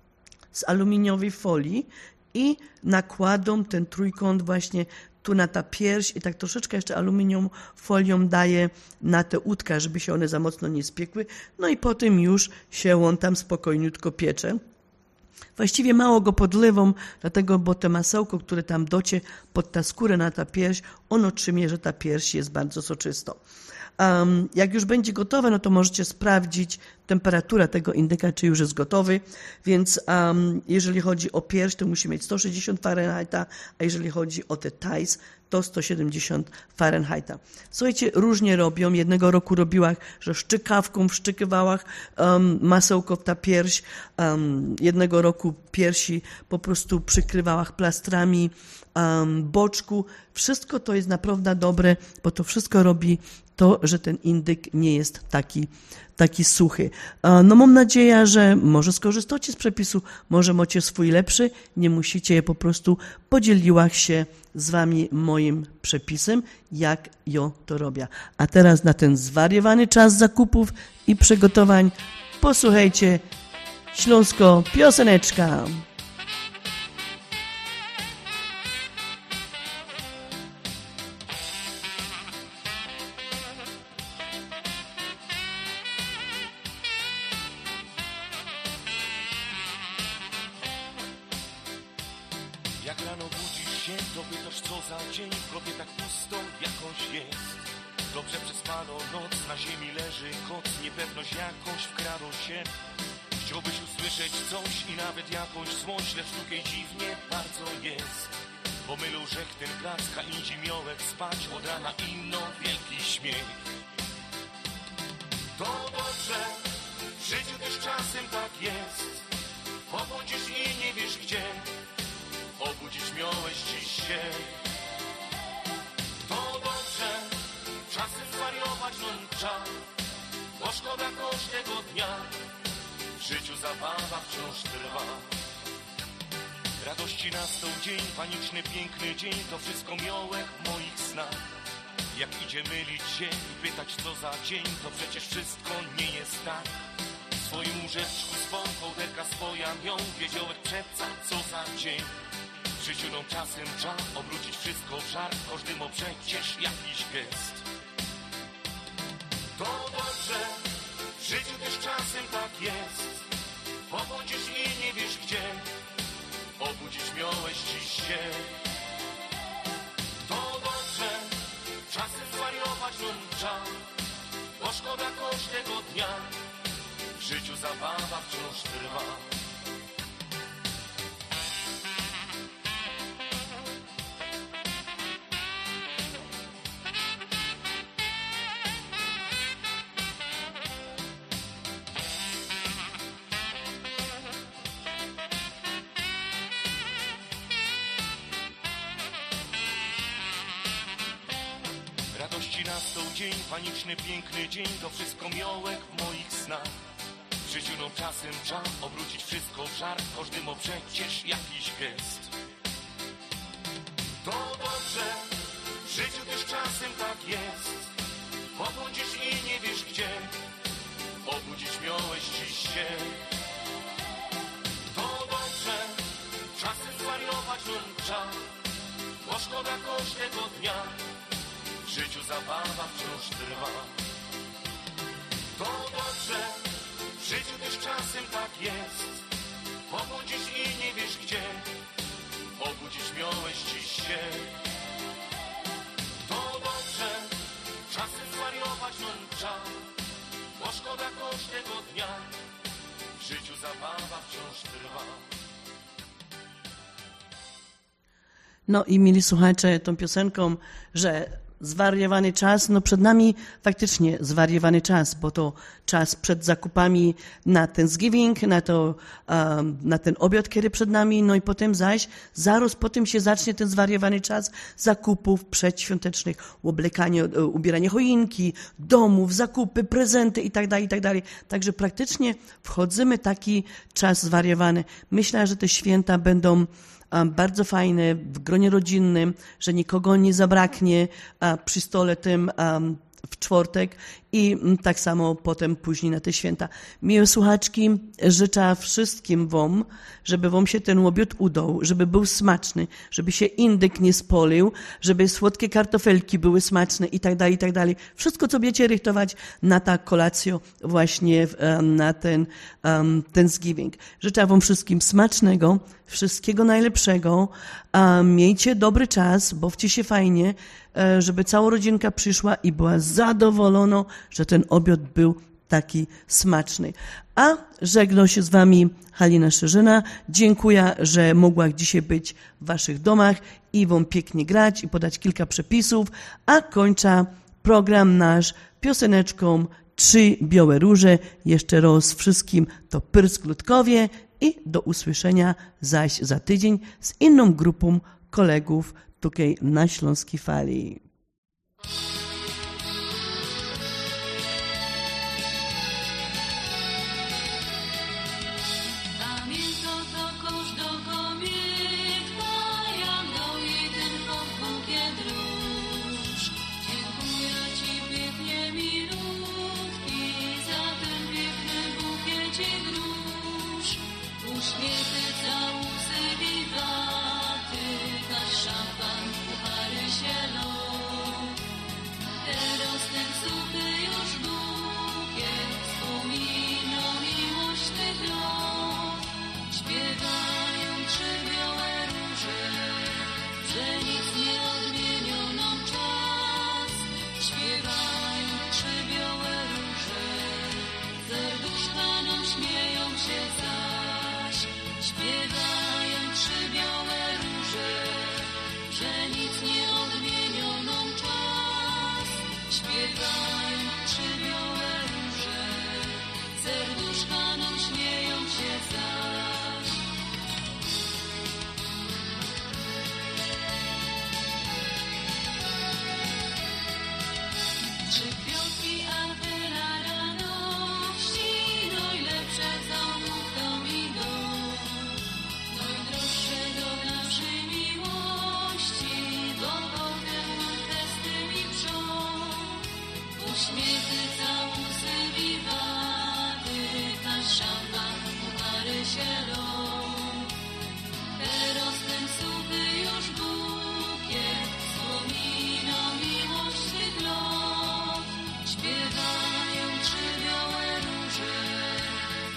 z aluminiowej folii i nakładam ten trójkąt właśnie tu na ta pierś i tak troszeczkę jeszcze aluminium folią daję na te łódka, żeby się one za mocno nie spiekły. No i potem już się on tam spokojniutko piecze. Właściwie mało go podlewam, dlatego, bo to masełko, które tam docie pod ta skórę na ta pierś, ono trzymie, że ta pierś jest bardzo soczysto. Um, jak już będzie gotowe, no to możecie sprawdzić temperaturę tego indyka, czy już jest gotowy, więc um, jeżeli chodzi o pierś, to musi mieć sto sześćdziesiąt Fahrenheita, a jeżeli chodzi o te thighs, to sto siedemdziesiąt Fahrenheita. Słuchajcie, różnie robią. Jednego roku robiłam, że szczykawką wszczykywałam um, masełko w ta pierś. Um, jednego roku piersi po prostu przykrywałam plastrami um, boczku. Wszystko to jest naprawdę dobre, bo to wszystko robi to, że ten indyk nie jest taki, taki suchy. No mam nadzieję, że może skorzystacie z przepisu, może macie swój lepszy, nie musicie, po prostu podzieliłam się z wami moim przepisem, jak ja to robię. A teraz na ten zwariowany czas zakupów i przygotowań posłuchajcie śląsko pioseneczka. Jak rano budzisz się, to pytasz co za dzień, w głowie tak pusto jakąś jest. Dobrze przespano noc, na ziemi leży koc, niepewność jakąś wkradł się. Chciałbyś usłyszeć coś i nawet jakąś złość, lecz tutaj dziwnie bardzo jest. Pomylą rzech ten placka, indziej miołek spać, od rana inno wielki śmiech. To dobrze, w życiu też czasem tak jest. Obudzisz i nie wiesz gdzie, obudzić miałeś dziś się. To dobrze, czasem zwariować no czas, bo szkoda każdego dnia, w życiu zabawa wciąż trwa. Radości nastał dzień, paniczny, piękny dzień, to wszystko miałek w moich snach. Jak idzie mylić się i pytać co za dzień, to przecież wszystko nie jest tak. W swoim łóżeczku spał, kołderka swoja miał, wiedziałek przeca co za dzień. W życiu no czasem trzeba obrócić wszystko w żart, każdy ma przecież jakiś gest. To dobrze, w życiu też czasem tak jest. Obudzisz i nie wiesz gdzie, obudzić miałeś dziś się. To dobrze, czasem zwariować no czas, bo szkoda każdego dnia, w życiu zabawa wciąż trwa. Radości nastał dzień, paniczny, piękny dzień, to wszystko miałek w moich snach. W życiu no czasem trzeba obrócić wszystko w żart, każdy ma przecież jakiś gest. To dobrze, w życiu też czasem tak jest. Obudzisz i nie wiesz gdzie, obudzić miałeś dziś się. To dobrze, czasem zwariować no czas, bo szkoda każdego dnia, w życiu zabawa wciąż trwa. To dobrze, w życiu też czasem tak jest. Obudzisz i nie wiesz gdzie, obudzić miałeś dziś się. To dobrze, czasem zwariować no czas, bo szkoda każdego dnia, w życiu zabawa wciąż trwa. No i mieli słuchacze tą piosenką, że zwariowany czas, no przed nami faktycznie zwariowany czas, bo to czas przed zakupami na Thanksgiving, na, to, um, na ten obiad, który przed nami, no i potem zaś, zaraz potem się zacznie ten zwariowany czas zakupów przedświątecznych, oblekanie, ubieranie choinki, domów, zakupy, prezenty i tak dalej, i tak dalej. Także praktycznie wchodzimy taki czas zwariowany. Myślę, że te święta będą bardzo fajne, w gronie rodzinnym, że nikogo nie zabraknie przy stole tym w czwartek i tak samo potem później na te święta. Miłe słuchaczki, życzę wszystkim wam, żeby wam się ten obiad udał, żeby był smaczny, żeby się indyk nie spolił, żeby słodkie kartofelki były smaczne i tak dalej, i tak dalej. Wszystko, co będziecie rychtować na ta kolację właśnie na ten um, Thanksgiving. Życzę wam wszystkim smacznego, wszystkiego najlepszego. Miejcie dobry czas, bawcie się fajnie, żeby cała rodzinka przyszła i była zadowolona, że ten obiad był taki smaczny. A żegnam się z wami Halina Szerzyna. Dziękuję, że mogła dzisiaj być w waszych domach i wam pięknie grać i podać kilka przepisów, a kończę program nasz pioseneczką Trzy białe róże. Jeszcze raz wszystkim to Pyrsk Ludkowie i do usłyszenia zaś za tydzień z inną grupą kolegów tutaj na Śląskiej Fali.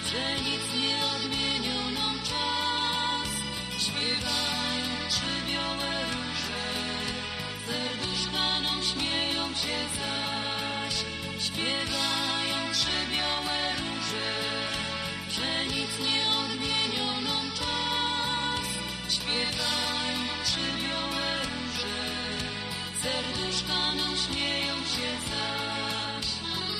że nic nie odmienią nam czas. Śpiewają trzy białe róże, serduszka nam śmieją się zaś. Śpiewają trzy białe róże, że nic nie odmienią nam czas. Śpiewają trzy białe róże, serduszka nam śmieją się zaś.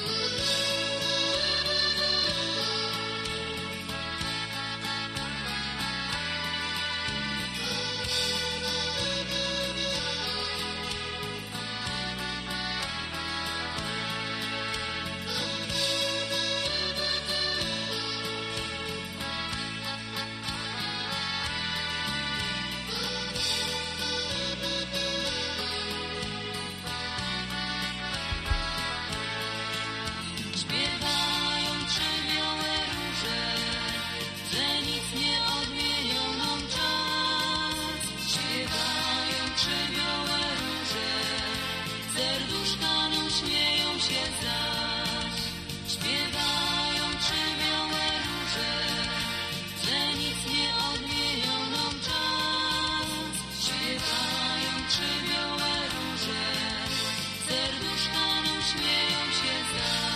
Śpiewają trzy białe róże, że nic nie odmienią nam czas. Śpiewają trzy białe róże, serduszka nam śmieją się zaś. Śpiewają trzy białe róże, że nic nie odmienią nam czas. Śpiewają trzy białe róże, serduszka nam śmieją się zaś.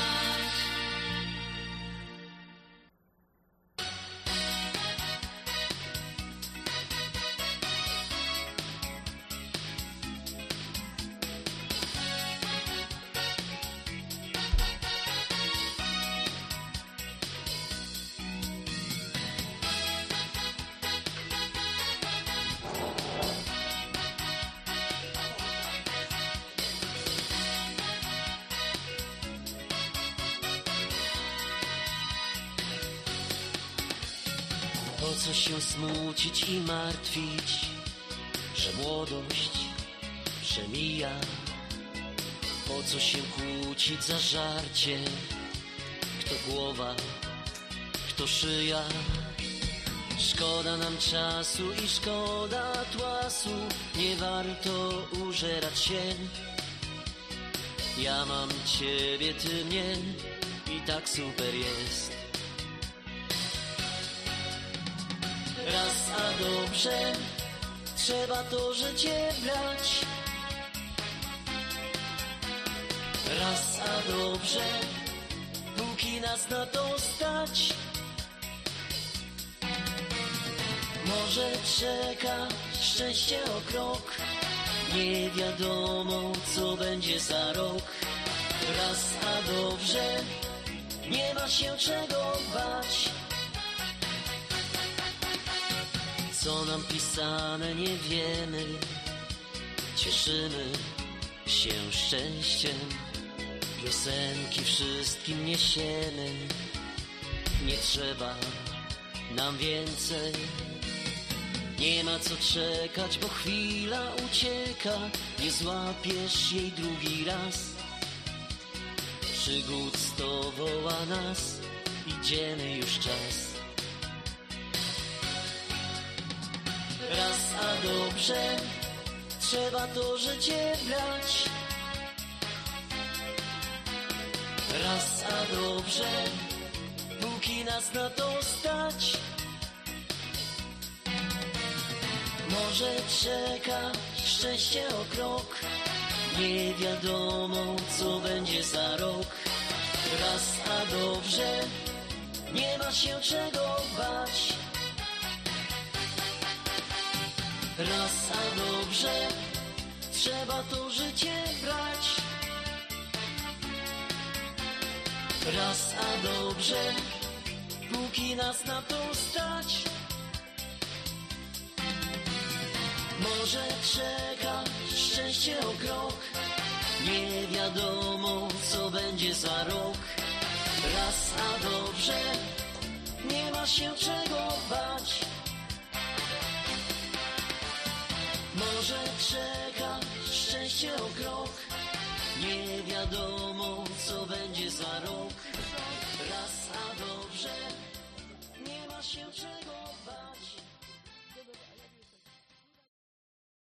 Po co się smucić i martwić, że młodość przemija? Po co się kłócić za żarcie? Kto głowa, kto szyja? Szkoda nam czasu i szkoda tłasu, nie warto użerać się. Ja mam ciebie, ty mnie i tak super jest. Raz a dobrze, trzeba to życie brać. Raz a dobrze, póki nas na to stać. Może czeka szczęście o krok, nie wiadomo co będzie za rok. Raz a dobrze, nie ma się czego bać. Co nam pisane nie wiemy, cieszymy się szczęściem. Piosenki wszystkim niesiemy, nie trzeba nam więcej. Nie ma co czekać, bo chwila ucieka, nie złapiesz jej drugi raz. Przygód sto woła nas, idziemy już czas. Raz a dobrze, trzeba to życie brać. Raz a dobrze, póki nas na to stać. Może czeka szczęście o krok, nie wiadomo co będzie za rok. Raz a dobrze, nie ma się czego bać. Raz a dobrze, trzeba to życie brać. Raz a dobrze, póki nas na to stać. Może czeka szczęście o krok, nie wiadomo co będzie za rok. Raz a dobrze, nie ma się czego bać. Może czeka szczęście o krok, nie wiadomo co będzie za rok. Raz a dobrze, nie ma się czego